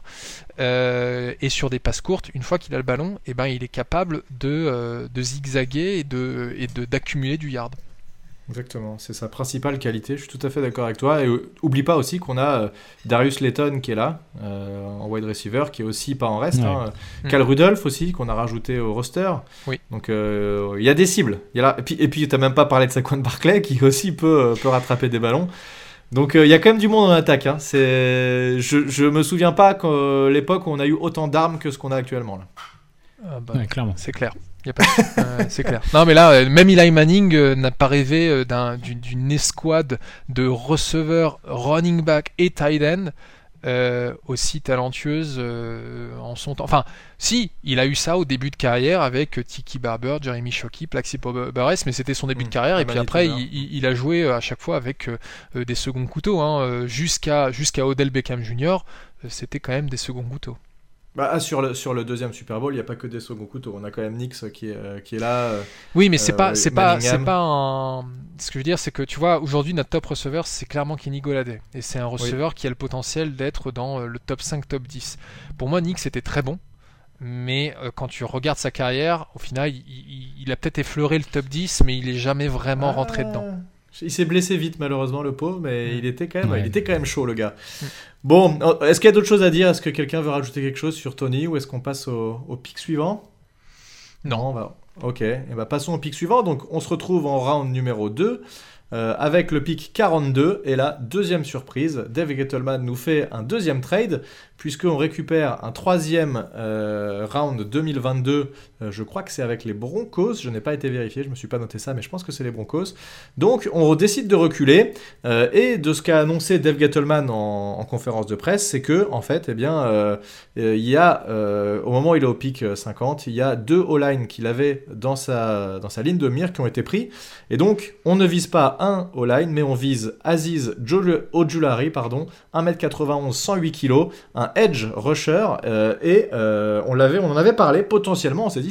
Euh, et sur des passes courtes, une fois qu'il a le ballon, eh ben, il est capable de, euh, de zigzaguer et, de, et de, d'accumuler du yard. Exactement, c'est sa principale qualité, je suis tout à fait d'accord avec toi. Et euh, oublie pas aussi qu'on a euh, Darius Layton qui est là, euh, en wide receiver, qui est aussi pas en reste. Ouais. Hein. Mmh. Cal Rudolph aussi, qu'on a rajouté au roster. Oui. Donc il euh, y a des cibles. Y a là... Et puis, et puis tu n'as même pas parlé de Saquon Barkley, qui aussi peut, euh, peut rattraper des ballons. Donc il euh, y a quand même du monde en attaque. Hein. C'est... Je, je me souviens pas qu'à euh, l'époque où on a eu autant d'armes que ce qu'on a actuellement. Là. Ah bah, ouais, clairement. C'est clair. Y a pas de... euh, c'est clair. Non mais là, même Eli Manning euh, n'a pas rêvé euh, d'un, d'une, d'une escouade de receveurs, running back et tight end euh, aussi talentueuse euh, en son temps. Enfin, si, il a eu ça au début de carrière avec Tiki Barber, Jeremy Shockey, Plaxico Burress, mais c'était son début mmh, de carrière. Et puis après, il, il, il a joué à chaque fois avec euh, des seconds couteaux. Hein, jusqu'à, jusqu'à Odell Beckham Junior, euh, c'était quand même des seconds couteaux. Bah, sur, le, sur le deuxième Super Bowl, il n'y a pas que des seconds couteaux. On a quand même Nix qui est, euh, qui est là. Euh, oui, mais c'est euh, pas, c'est pas, c'est pas un. Ce que je veux dire, c'est que tu vois, aujourd'hui, notre top receveur, c'est clairement Kenny Golladay. Et c'est un receveur oui. qui a le potentiel d'être dans le top cinq, top dix. Pour moi, Nix était très bon. Mais euh, quand tu regardes sa carrière, au final, il, il, il a peut-être effleuré le top dix, mais il n'est jamais vraiment ah. rentré dedans. Il s'est blessé vite malheureusement le pauvre, mais mmh. il était quand même, ouais. il était quand même chaud le gars. Mmh. Bon, est-ce qu'il y a d'autres choses à dire ? Est-ce que quelqu'un veut rajouter quelque chose sur Toney ou est-ce qu'on passe au, au pic suivant ? Non. non bah, ok, et bah passons au pic suivant. Donc on se retrouve en round numéro deux euh, avec le pic quarante-deux et la deuxième surprise. Dave Gettleman nous fait un deuxième trade puisqu'on récupère un troisième euh, round deux mille vingt-deux. Euh, je crois que c'est avec les Broncos. Je n'ai pas été vérifié, je ne me suis pas noté ça, mais je pense que c'est les Broncos. Donc, on décide de reculer. Euh, et de ce qu'a annoncé Dave Gettleman en, en conférence de presse, c'est que, en fait, eh bien, euh, il y a, euh, au moment où il est au pic cinquante, il y a deux O-line qu'il avait dans sa, dans sa ligne de mire qui ont été pris. Et donc, on ne vise pas un O-line, mais on vise Aziz Ojulari, pardon, un mètre quatre-vingt-onze, cent huit kilos, un edge rusher, euh, et euh, on, l'avait, on en avait parlé potentiellement, on s'est dit c'est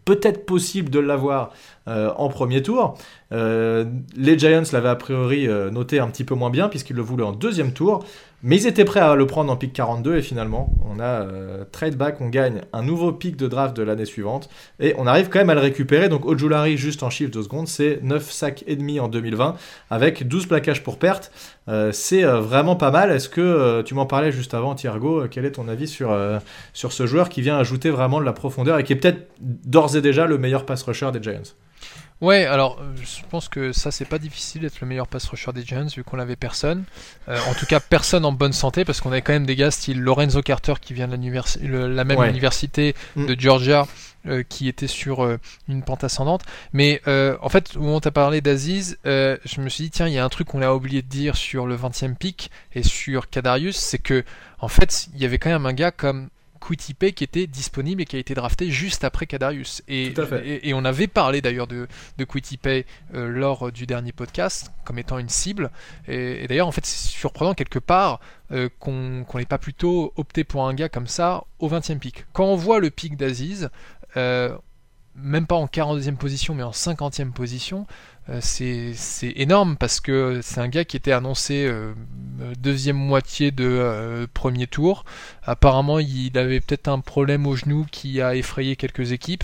peut-être possible de l'avoir euh, en premier tour. Euh, les Giants l'avaient a priori euh, noté un petit peu moins bien puisqu'ils le voulaient en deuxième tour, mais ils étaient prêts à le prendre en pick quarante-deux et finalement on a euh, trade back, on gagne un nouveau pick de draft de l'année suivante et on arrive quand même à le récupérer. Donc Ojulari, juste en chiffre de secondes, c'est neuf sacs et demi en deux mille vingt avec douze plaquages pour perte. Euh, c'est euh, vraiment pas mal. Est-ce que euh, tu m'en parlais juste avant, Thiergo, euh, quel est ton avis sur, euh, sur ce joueur qui vient ajouter vraiment de la profondeur et qui est peut-être d'ores et déjà le meilleur pass rusher des Giants? Ouais, alors je pense que ça c'est pas difficile d'être le meilleur pass rusher des Giants vu qu'on avait personne. Euh, en tout cas personne en bonne santé parce qu'on avait quand même des gars style Lorenzo Carter qui vient de le, la même ouais. université mm. de Georgia euh, qui était sur euh, une pente ascendante. Mais euh, en fait, où on t'a parlé d'Aziz, euh, je me suis dit tiens, il y a un truc qu'on a oublié de dire sur le vingtième pick et sur Kadarius, c'est que en fait il y avait quand même un gars comme Kwity Paye qui était disponible et qui a été drafté juste après Kadarius. Et, et, et on avait parlé d'ailleurs de, de Kwity Paye euh, lors du dernier podcast comme étant une cible. Et, et d'ailleurs, en fait, c'est surprenant quelque part euh, qu'on qu'on n'ait pas plutôt opté pour un gars comme ça au vingtième pick. Quand on voit le pick d'Aziz, euh, même pas en quarantième position, mais en cinquantième position, euh, c'est, c'est énorme parce que c'est un gars qui était annoncé euh, deuxième moitié de euh, premier tour. Apparemment, il avait peut-être un problème au genou qui a effrayé quelques équipes.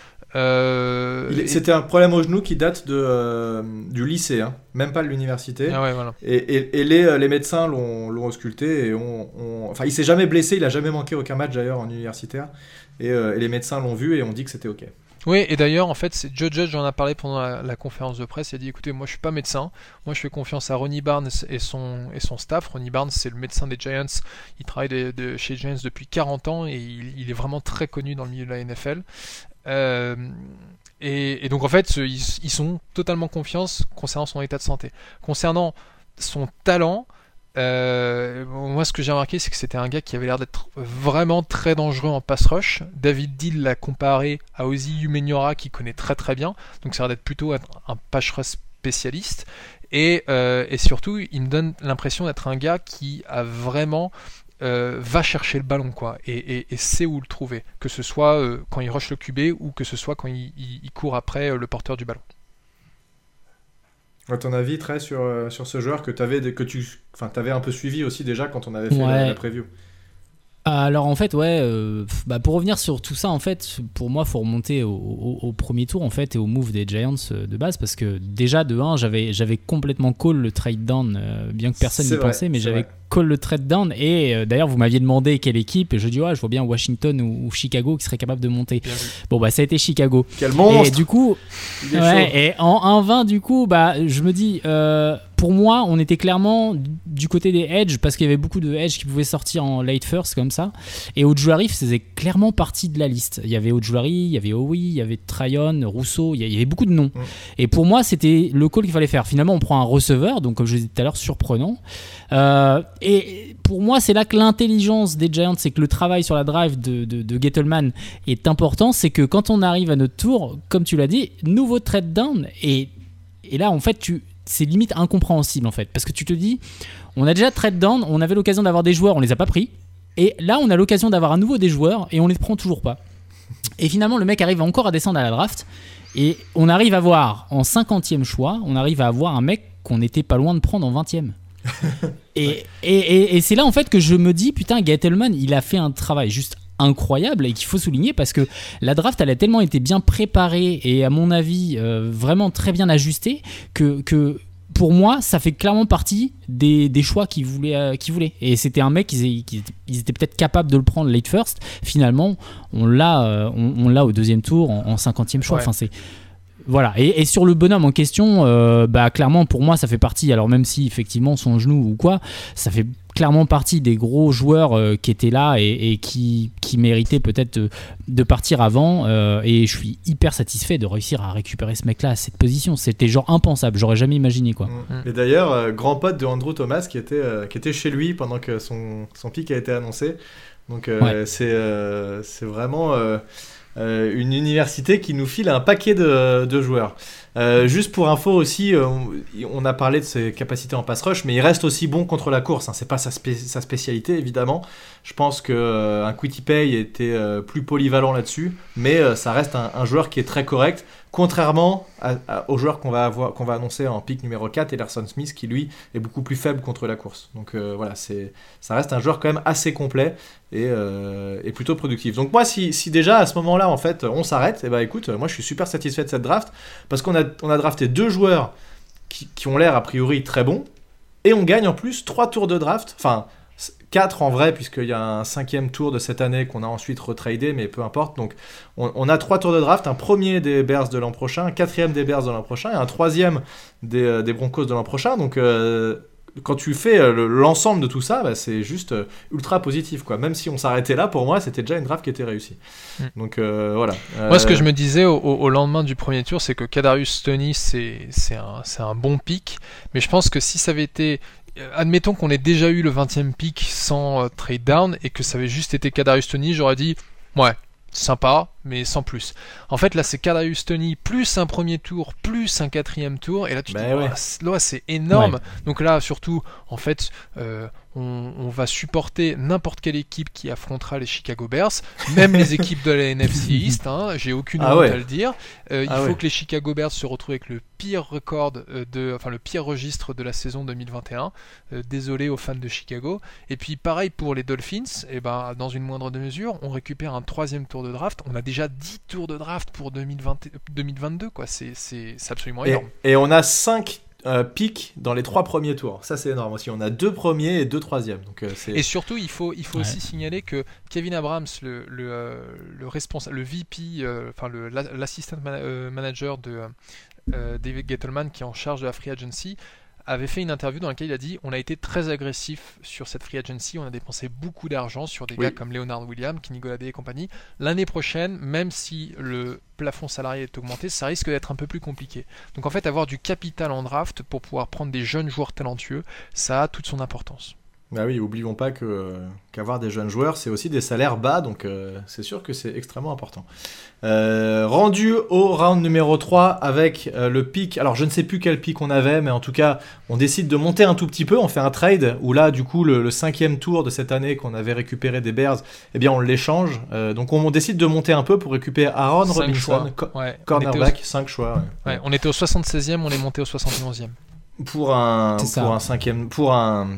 Euh, il, c'était un problème au genou qui date de, euh, du lycée, hein, même pas de l'université. Ah ouais, voilà. Et, et, et les, les médecins l'ont, l'ont ausculté. Et on, on... Enfin, il s'est jamais blessé, il a jamais manqué aucun match d'ailleurs en universitaire. Et, euh, et les médecins l'ont vu et ont dit que c'était OK. Oui, et d'ailleurs, en fait, c'est Joe Judge en a parlé pendant la, la conférence de presse. Il a dit, écoutez, moi je suis pas médecin, moi je fais confiance à Ronnie Barnes et son, et son staff. Ronnie Barnes, c'est le médecin des Giants, il travaille de, de chez Giants depuis quarante ans et il, il est vraiment très connu dans le milieu de la N F L. Euh, et, et donc en fait, ils, ils sont totalement confiance concernant son état de santé. Concernant son talent, Euh, moi ce que j'ai remarqué c'est que c'était un gars qui avait l'air d'être vraiment très dangereux en pass rush. David Dill l'a comparé à Ozzy Umenyiora qui connaît très très bien, donc ça a l'air d'être plutôt un, un pass rush spécialiste et, euh, et surtout il me donne l'impression d'être un gars qui a vraiment euh, va chercher le ballon quoi et, et, et sait où le trouver, que ce soit euh, quand il rush le Q B ou que ce soit quand il, il, il court après euh, le porteur du ballon. À ton avis, très sur, euh, sur ce joueur que tu avais que tu enfin t'avais un peu suivi aussi déjà quand on avait fait ouais. la, la preview. Alors en fait ouais euh, bah pour revenir sur tout ça en fait pour moi faut remonter au, au, au premier tour en fait et au move des Giants de base parce que déjà de un j'avais, j'avais complètement call le trade down euh, bien que personne n'y pensait mais j'avais vrai. call le trade down et euh, d'ailleurs vous m'aviez demandé quelle équipe et je dis ouais je vois bien Washington ou, ou Chicago qui serait capable de monter. Bon bah ça a été Chicago. Quel monstre. Et du coup ouais, et en un vingt du coup bah je me dis euh, pour moi, on était clairement du côté des edge parce qu'il y avait beaucoup de edge qui pouvaient sortir en late first comme ça. Et Ojulari faisait clairement partie de la liste. Il y avait Ojulari, il y avait Owi, il y avait Tryon, Rousseau, il y avait beaucoup de noms. Mmh. Et pour moi, c'était le call qu'il fallait faire. Finalement, on prend un receveur, donc comme je disais tout à l'heure, surprenant. Euh, et pour moi, c'est là que l'intelligence des Giants, c'est que le travail sur la drive de, de, de Gettleman est important. C'est que quand on arrive à notre tour, comme tu l'as dit, nouveau trade down. Et, et là, en fait, tu... c'est limite incompréhensible en fait parce que tu te dis on a déjà trade down, on avait l'occasion d'avoir des joueurs, on les a pas pris et là on a l'occasion d'avoir à nouveau des joueurs et on les prend toujours pas et finalement le mec arrive encore à descendre à la draft et on arrive à voir en cinquantième choix on arrive à avoir un mec qu'on était pas loin de prendre en vingtième et, ouais. et, et, et c'est là en fait que je me dis putain Gettleman il a fait un travail juste incroyable et qu'il faut souligner parce que la draft elle a tellement été bien préparée et à mon avis euh, vraiment très bien ajustée que, que pour moi ça fait clairement partie des, des choix qu'ils voulaient, euh, qu'ils voulaient et c'était un mec ils, ils, ils étaient peut-être capables de le prendre late first finalement on l'a, euh, on, on l'a au deuxième tour en, en cinquantième choix ouais. Enfin, c'est voilà et, et sur le bonhomme en question euh, bah clairement pour moi ça fait partie alors même si effectivement son genou ou quoi ça fait clairement partie des gros joueurs euh, qui étaient là et, et qui, qui méritaient peut-être de, de partir avant euh, et je suis hyper satisfait de réussir à récupérer ce mec là à cette position, c'était genre impensable, j'aurais jamais imaginé quoi. Mmh. Et d'ailleurs euh, grand pote de Andrew Thomas qui était, euh, qui était chez lui pendant que son, son pick a été annoncé donc euh, ouais. c'est, euh, c'est vraiment euh, euh, une université qui nous file un paquet de, de joueurs. Euh, juste pour info aussi, euh, on a parlé de ses capacités en pass rush, mais il reste aussi bon contre la course. Hein. C'est pas sa, spé- sa spécialité évidemment. Je pense qu'un euh, Quitty-Pay était euh, plus polyvalent là-dessus, mais euh, ça reste un, un joueur qui est très correct. Contrairement à, à, au joueur qu'on va, avoir, qu'on va annoncer en pick numéro quatre, Elerson Smith, qui lui est beaucoup plus faible contre la course. Donc euh, voilà, c'est, ça reste un joueur quand même assez complet et, euh, et plutôt productif. Donc moi, si, si déjà à ce moment-là, en fait, on s'arrête, et bah écoute, moi je suis super satisfait de cette draft parce qu'on a, on a drafté deux joueurs qui, qui ont l'air a priori très bons et on gagne en plus trois tours de draft, enfin quatre en vrai, puisqu'il y a un cinquième tour de cette année qu'on a ensuite retradé, mais peu importe. Donc, on, on a trois tours de draft, un premier des Bears de l'an prochain, un quatrième des Bears de l'an prochain et un troisième des, euh, des Broncos de l'an prochain. Donc, euh, quand tu fais euh, le, l'ensemble de tout ça, bah, c'est juste euh, ultra positif, quoi. Même si on s'arrêtait là, pour moi, c'était déjà une draft qui était réussie. Mm. Donc, euh, voilà. Euh... Moi, ce que je me disais au, au lendemain du premier tour, c'est que Kadarius Toney, c'est, c'est, un, c'est un bon pick, mais je pense que si ça avait été... Admettons qu'on ait déjà eu le vingtième pick sans euh, trade down et que ça avait juste été Kadarius Toney, j'aurais dit ouais, sympa, mais sans plus. En fait, là, c'est Kadarius Toney plus un premier tour, plus un quatrième tour, et là, tu te bah dis, ouais. oh, là, c'est énorme. Ouais. Donc là, surtout, en fait, euh, on, on va supporter n'importe quelle équipe qui affrontera les Chicago Bears, même les équipes de la N F C East, hein, j'ai aucune honte ah ouais. à le dire. Euh, il ah faut ouais. que les Chicago Bears se retrouvent avec le pire record, de, enfin le pire registre de la saison deux mille vingt et un. Euh, désolé aux fans de Chicago. Et puis pareil pour les Dolphins, et ben, dans une moindre mesure, on récupère un troisième tour de draft. On a déjà dix tours de draft pour deux mille vingt, deux mille vingt-deux, quoi. C'est, c'est, c'est absolument énorme. Et, et on a cinq euh, pics dans les trois premiers tours. Ça, c'est énorme aussi. On a deux premiers et deux troisièmes. Donc, euh, c'est... Et surtout, il faut, il faut ouais. aussi signaler que Kevin Abrams, le, le, euh, le, responsable, le V P, euh, enfin le, l'assistant man- euh, manager de euh, David Gettleman, qui est en charge de la free agency, avait fait une interview dans laquelle il a dit on a été très agressif sur cette free agency, on a dépensé beaucoup d'argent sur des oui. gars comme Leonard Williams, Kenny Golladay et compagnie. L'année prochaine, même si le plafond salarié est augmenté, ça risque d'être un peu plus compliqué. Donc en fait, avoir du capital en draft pour pouvoir prendre des jeunes joueurs talentueux, ça a toute son importance. Bah oui, oublions pas que, euh, qu'avoir des jeunes joueurs, c'est aussi des salaires bas, donc euh, c'est sûr que c'est extrêmement important. Euh, rendu au round numéro trois avec euh, le pick, alors je ne sais plus quel pick on avait, mais en tout cas, on décide de monter un tout petit peu, on fait un trade, où là, du coup, le, le cinquième tour de cette année qu'on avait récupéré des Bears, eh bien, on l'échange. Euh, donc, on, on décide de monter un peu pour récupérer Aaron cinq Robinson, co- ouais. cornerback, cinq choix. Ouais. Ouais, on était au soixante-seizième, on est monté au soixante et onzième. Pour un, pour un cinquième, pour un...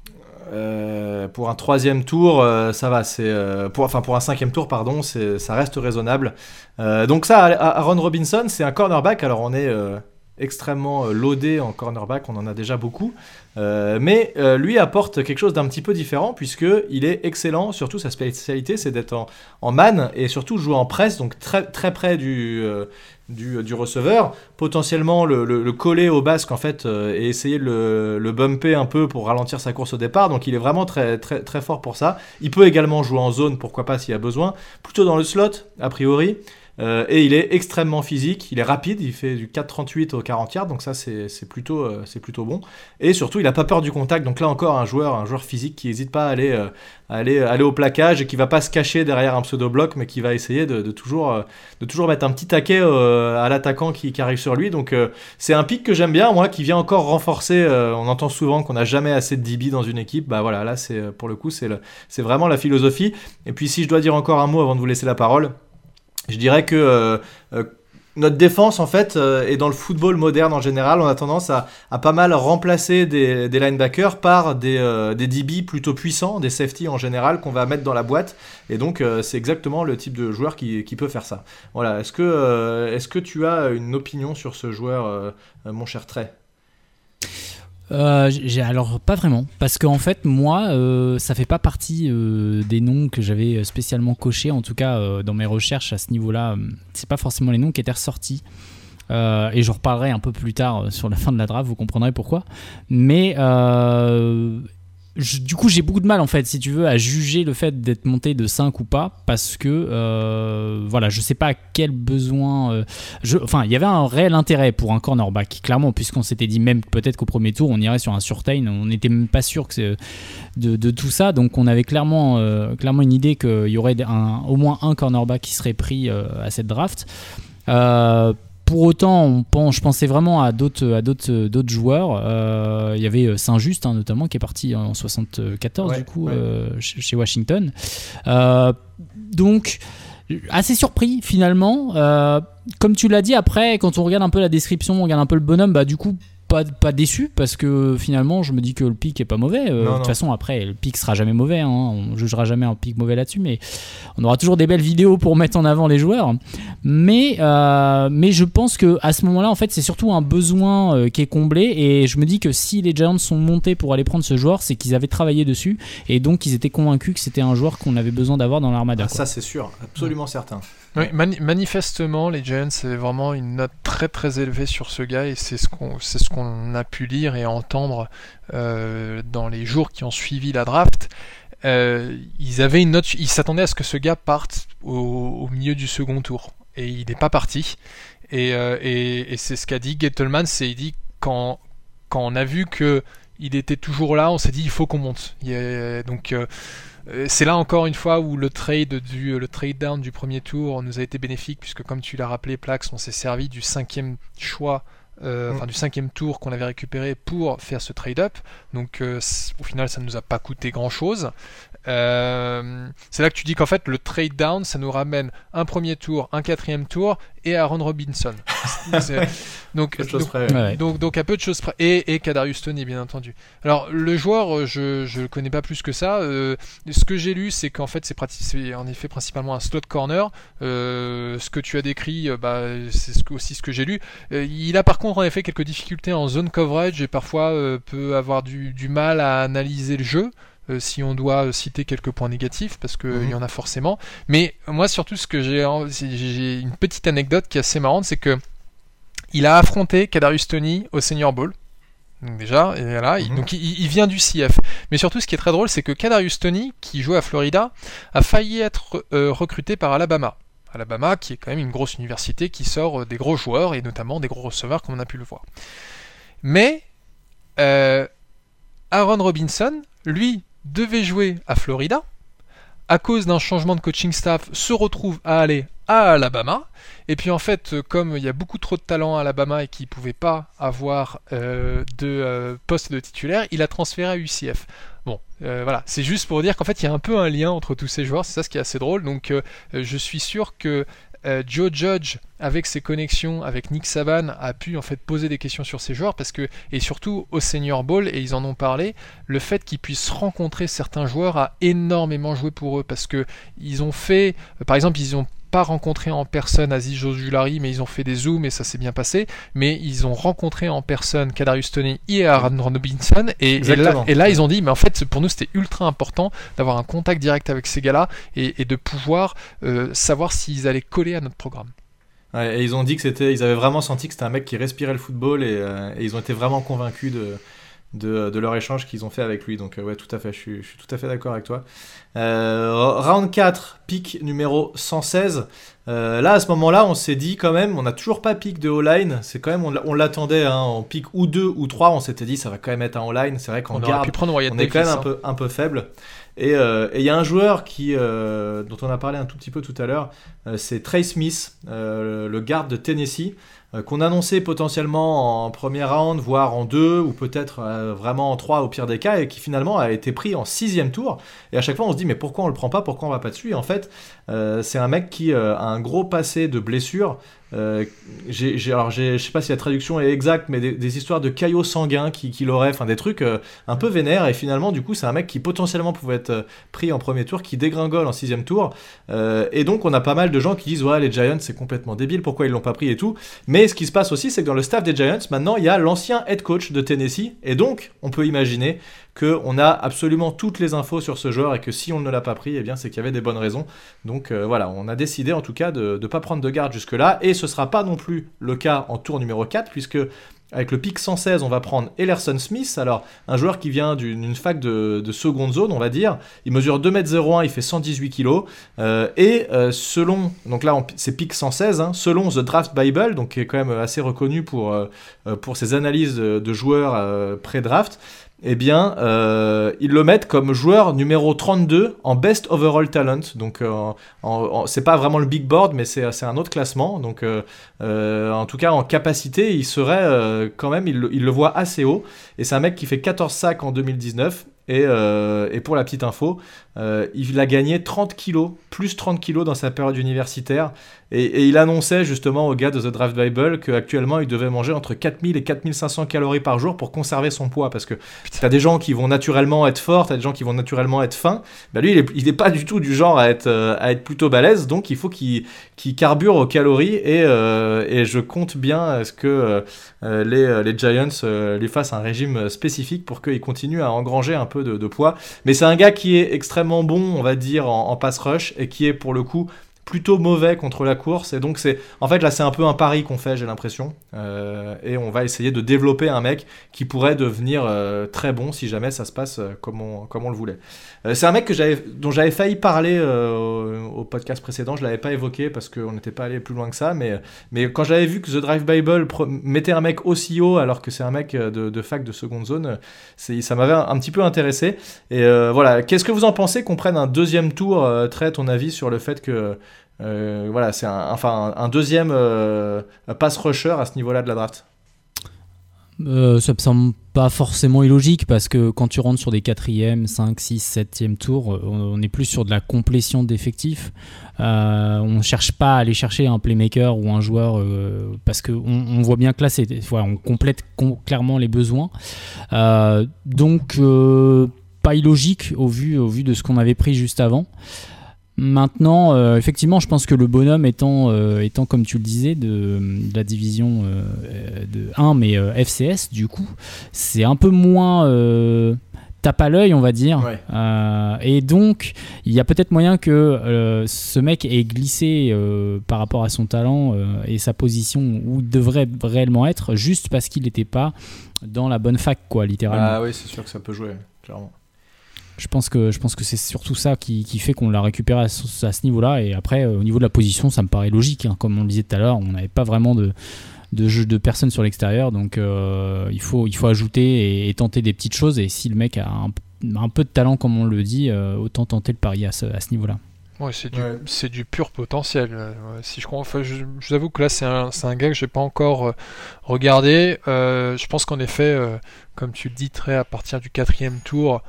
Euh, pour un troisième tour, euh, ça va. C'est euh, pour, enfin pour un cinquième tour, pardon, c'est, ça reste raisonnable. Euh, donc ça, Aaron Robinson, c'est un cornerback. Alors on est euh, extrêmement loadé en cornerback, on en a déjà beaucoup, euh, mais euh, lui apporte quelque chose d'un petit peu différent puisque il est excellent. Surtout sa spécialité, c'est d'être en, en man et surtout jouer en presse, donc très très près du euh, Du, du receveur, potentiellement le, le, le coller au basque en fait euh, et essayer de le, le bumper un peu pour ralentir sa course au départ, donc il est vraiment très, très, très fort pour ça. Il peut également jouer en zone, pourquoi pas s'il y a besoin, plutôt dans le slot a priori, euh, et il est extrêmement physique, il est rapide, il fait du quatre trente-huit au quarante yards, donc ça c'est, c'est, plutôt, euh, c'est plutôt bon, et surtout il n'a pas peur du contact, donc là encore un joueur, un joueur physique qui n'hésite pas à aller, euh, à aller, aller au plaquage et qui ne va pas se cacher derrière un pseudo-bloc, mais qui va essayer de, de, toujours, euh, de toujours mettre un petit taquet euh, à l'attaquant qui, qui arrive sur lui. Donc euh, c'est un pick que j'aime bien, moi, qui vient encore renforcer, euh, on entend souvent qu'on n'a jamais assez de D B dans une équipe, bah voilà, là c'est, pour le coup c'est, le, c'est vraiment la philosophie. Et puis si je dois dire encore un mot avant de vous laisser la parole, je dirais que euh, euh, notre défense, en fait, euh, et dans le football moderne en général, on a tendance à, à pas mal remplacer des, des linebackers par des, euh, des D B plutôt puissants, des safety en général, qu'on va mettre dans la boîte. Et donc, euh, c'est exactement le type de joueur qui, qui peut faire ça. Voilà. Est-ce que, euh, est-ce que tu as une opinion sur ce joueur, euh, mon cher Trey ? Euh, j'ai, alors pas vraiment, parce qu'en fait moi euh, ça fait pas partie euh, des noms que j'avais spécialement cochés, en tout cas euh, dans mes recherches à ce niveau-là, euh, c'est pas forcément les noms qui étaient ressortis, euh, et j'en reparlerai un peu plus tard euh, sur la fin de la draft, vous comprendrez pourquoi, mais euh, je, du coup, j'ai beaucoup de mal, en fait, si tu veux, à juger le fait d'être monté de cinq ou pas, parce que, euh, voilà, je sais pas à quel besoin... Euh, je, enfin, il y avait un réel intérêt pour un cornerback, clairement, puisqu'on s'était dit même peut-être qu'au premier tour, on irait sur un surtain, on n'était même pas sûr que c'est de, de tout ça, donc on avait clairement, euh, clairement une idée qu'il y aurait un, au moins un cornerback qui serait pris euh, à cette draft. Euh, Pour autant, on pense, je pensais vraiment à d'autres, à d'autres, d'autres joueurs. Euh, il y avait Saint-Just, hein, notamment, qui est parti en soixante-quatorze, ouais, du coup, ouais. euh, chez Washington. Euh, donc, assez surpris, finalement. Euh, comme tu l'as dit, après, quand on regarde un peu la description, on regarde un peu le bonhomme, bah, du coup, pas, pas déçu, parce que finalement, je me dis que le pic est pas mauvais. Euh, de toute façon, après, le pic sera jamais mauvais. Hein, on jugera jamais un pic mauvais là-dessus, mais on aura toujours des belles vidéos pour mettre en avant les joueurs. Mais, euh, mais je pense qu'à ce moment-là, en fait, c'est surtout un besoin euh, qui est comblé. Et je me dis que si les Giants sont montés pour aller prendre ce joueur, c'est qu'ils avaient travaillé dessus. Et donc, ils étaient convaincus que c'était un joueur qu'on avait besoin d'avoir dans l'armada. Ah, ça, c'est sûr, absolument ouais. certain. Oui, mani- manifestement, les Giants avaient vraiment une note très très élevée sur ce gars, et c'est ce qu'on, c'est ce qu'on a pu lire et entendre euh, dans les jours qui ont suivi la draft. Euh, ils avaient une note, ils s'attendaient à ce que ce gars parte au, au milieu du second tour, et il n'est pas parti. Et, euh, et, et c'est ce qu'a dit Gettleman, c'est il dit quand quand on a vu que il était toujours là, on s'est dit il faut qu'on monte. Il y a, donc euh, c'est là encore une fois où le trade du le trade down du premier tour nous a été bénéfique, puisque comme tu l'as rappelé, Plax, on s'est servi du cinquième choix, euh, mmh. enfin du cinquième tour qu'on avait récupéré pour faire ce trade up. Donc euh, au final, ça ne nous a pas coûté grand chose. Euh, c'est là que tu dis qu'en fait le trade down, ça nous ramène un premier tour, un quatrième tour et Aaron Robinson. donc, donc, près, ouais. donc, donc à peu de choses près. Et, et Kadarius Toney, bien entendu. Alors le joueur, je je le connais pas plus que ça. Euh, ce que j'ai lu, c'est qu'en fait c'est, pratique, c'est en effet principalement un slot corner. Euh, ce que tu as décrit, bah, c'est ce que, aussi ce que j'ai lu. Euh, il a par contre en effet quelques difficultés en zone coverage et parfois euh, peut avoir du, du mal à analyser le jeu. Euh, si on doit citer quelques points négatifs, parce qu'il mmh. y en a forcément. Mais moi, surtout, ce que j'ai, j'ai une petite anecdote qui est assez marrante, c'est que il a affronté Kadarius Toney au Senior Bowl. Donc déjà, et là, mmh. il, donc il, il vient du C F. Mais surtout, ce qui est très drôle, c'est que Kadarius Toney, qui jouait à Florida, a failli être euh, recruté par Alabama. Alabama, qui est quand même une grosse université qui sort des gros joueurs, et notamment des gros receveurs, comme on a pu le voir. Mais euh, Aaron Robinson, lui, devait jouer à Florida, à cause d'un changement de coaching staff, se retrouve à aller à Alabama, et puis en fait, comme il y a beaucoup trop de talent à Alabama et qu'il ne pouvait pas avoir euh, de euh, poste de titulaire, il a transféré à U C F. Bon, euh, voilà, c'est juste pour dire qu'en fait, il y a un peu un lien entre tous ces joueurs, c'est ça ce qui est assez drôle, donc euh, je suis sûr que Euh, Joe Judge, avec ses connexions avec Nick Saban, a pu en fait poser des questions sur ces joueurs, parce que, et surtout au Senior Bowl, et ils en ont parlé, le fait qu'ils puissent rencontrer certains joueurs a énormément joué pour eux, parce que ils ont fait, par exemple, ils ont pas rencontré en personne Aziz Ojulari, mais ils ont fait des zooms et ça s'est bien passé, mais ils ont rencontré en personne Kadarius Toney et Aaron Robinson, et, et, là, et là ils ont dit, mais en fait pour nous c'était ultra important d'avoir un contact direct avec ces gars-là, et, et de pouvoir euh, savoir s'ils allaient coller à notre programme. Ouais, et ils ont dit que c'était, ils avaient vraiment senti que c'était un mec qui respirait le football, et, euh, et ils ont été vraiment convaincus de De, de leur échange qu'ils ont fait avec lui. Donc euh, ouais, tout à fait, je suis, je suis tout à fait d'accord avec toi. Euh, round quatre, pick numéro cent seize. Euh, là, à ce moment-là, on s'est dit quand même, on n'a toujours pas pick de O-line. C'est quand même, on, on l'attendait hein, en pick ou deux ou trois. On s'était dit, ça va quand même être un O-line. C'est vrai qu'en on garde, on est Davis, quand même hein. un, peu, un peu faible. Et il euh, y a un joueur qui, euh, dont on a parlé un tout petit peu tout à l'heure, euh, c'est Trey Smith, euh, le garde de Tennessee, euh, qu'on annonçait potentiellement en premier round, voire en deux, ou peut-être euh, vraiment en trois au pire des cas, et qui finalement a été pris en sixième tour. Et à chaque fois, on se dit, mais pourquoi on le prend pas, pourquoi on va pas dessus ? Et en fait, euh, c'est un mec qui euh, a un gros passé de blessures. Euh, j'ai, j'ai, alors j'ai, je sais pas si la traduction est exacte, mais des, des histoires de caillots sanguins qui, qui l'auraient, enfin des trucs euh, un peu vénères, et finalement du coup c'est un mec qui potentiellement pouvait être euh, pris en premier tour, qui dégringole en sixième tour, euh, et donc on a pas mal de gens qui disent ouais les Giants c'est complètement débile, pourquoi ils l'ont pas pris et tout, mais ce qui se passe aussi c'est que dans le staff des Giants maintenant il y a l'ancien head coach de Tennessee, et donc on peut imaginer qu'on a absolument toutes les infos sur ce joueur, et que si on ne l'a pas pris, eh bien c'est qu'il y avait des bonnes raisons. Donc euh, voilà, on a décidé en tout cas de ne pas prendre de garde jusque-là, et ce ne sera pas non plus le cas en tour numéro quatre, puisque avec le pick cent seize, on va prendre Elerson Smith, alors un joueur qui vient d'une, d'une fac de, de seconde zone, on va dire. Il mesure deux mètres zéro un, il fait cent dix-huit kilos. Euh, et euh, selon, donc là on, c'est pick cent seize, hein, selon The Draft Bible, donc qui est quand même assez reconnu pour, euh, pour ses analyses de, de joueurs euh, pré-draft, eh bien, euh, ils le mettent comme joueur numéro trente-deux en Best Overall Talent. Donc, euh, en, en, c'est pas vraiment le big board, mais c'est, c'est un autre classement. Donc, euh, euh, en tout cas, en capacité, il serait euh, quand même, il, il le voit assez haut. Et c'est un mec qui fait quatorze sacs en deux mille dix-neuf. Et, euh, et pour la petite info, euh, il a gagné trente kilos, plus trente kilos dans sa période universitaire. Et, et il annonçait justement aux gars de The Draft Bible qu'actuellement il devait manger entre quatre mille et quatre mille cinq cents calories par jour pour conserver son poids. Parce que t'as des gens qui vont naturellement être forts, t'as des gens qui vont naturellement être fins. Bah lui, il est, il est pas du tout du genre à être, euh, à être plutôt balèze. Donc il faut qu'il, qu'il carbure aux calories. Et, euh, et je compte bien à ce que euh, les, les Giants euh, lui fassent un régime spécifique pour qu'il continue à engranger un peu de, de poids. Mais c'est un gars qui est extrêmement bon, on va dire, en, en pass rush et qui est pour le coup plutôt mauvais contre la course. Et donc c'est, en fait là c'est un peu un pari qu'on fait, j'ai l'impression, euh, et on va essayer de développer un mec qui pourrait devenir euh, très bon si jamais ça se passe euh, comme, on, comme on le voulait. Euh, c'est un mec que j'avais, dont j'avais failli parler euh, au, au podcast précédent, je l'avais pas évoqué parce qu'on n'était pas allé plus loin que ça, mais, mais quand j'avais vu que The Drive Bible pre- mettait un mec aussi haut alors que c'est un mec de, de fac de seconde zone, c'est, ça m'avait un, un petit peu intéressé. Et euh, voilà, qu'est-ce que vous en pensez qu'on prenne un deuxième tour, euh, Trey, ton avis sur le fait que Euh, voilà, c'est un, enfin, un, un deuxième euh, pass rusher à ce niveau-là de la draft. Euh, ça me semble pas forcément illogique parce que quand tu rentres sur des quatrième, cinq, six, septième tours, on est plus sur de la complétion d'effectifs. Euh, on cherche pas à aller chercher un playmaker ou un joueur euh, parce qu'on on voit bien que là, c'est, voilà, on complète com- clairement les besoins. Euh, donc, euh, pas illogique au vu, au vu de ce qu'on avait pris juste avant. Maintenant, euh, effectivement, je pense que le bonhomme étant, euh, étant comme tu le disais, de, de la division euh, de un, mais euh, F C S, du coup, c'est un peu moins euh, tape à l'œil, on va dire. Ouais. Euh, et donc, il y a peut-être moyen que euh, ce mec ait glissé euh, par rapport à son talent euh, et sa position où il devrait réellement être, juste parce qu'il n'était pas dans la bonne fac, quoi, littéralement. Ah oui, c'est sûr que ça peut jouer, clairement. Je pense que, je pense que c'est surtout ça qui, qui fait qu'on l'a récupéré à ce, à ce niveau-là. Et après, euh, au niveau de la position, ça me paraît logique. Hein. Comme on le disait tout à l'heure, on n'avait pas vraiment de, de, jeu, de personnes sur l'extérieur. Donc, euh, il, faut, il faut ajouter et, et tenter des petites choses. Et si le mec a un, un peu de talent, comme on le dit, euh, autant tenter le pari à ce, à ce niveau-là. Ouais, c'est du, Ouais. c'est du pur potentiel. Euh, si je, crois, enfin, je, je vous avoue que là, c'est un, c'est un gars que je n'ai pas encore euh, regardé. Euh, je pense qu'en effet, euh, comme tu le dis, très à partir du quatrième tour,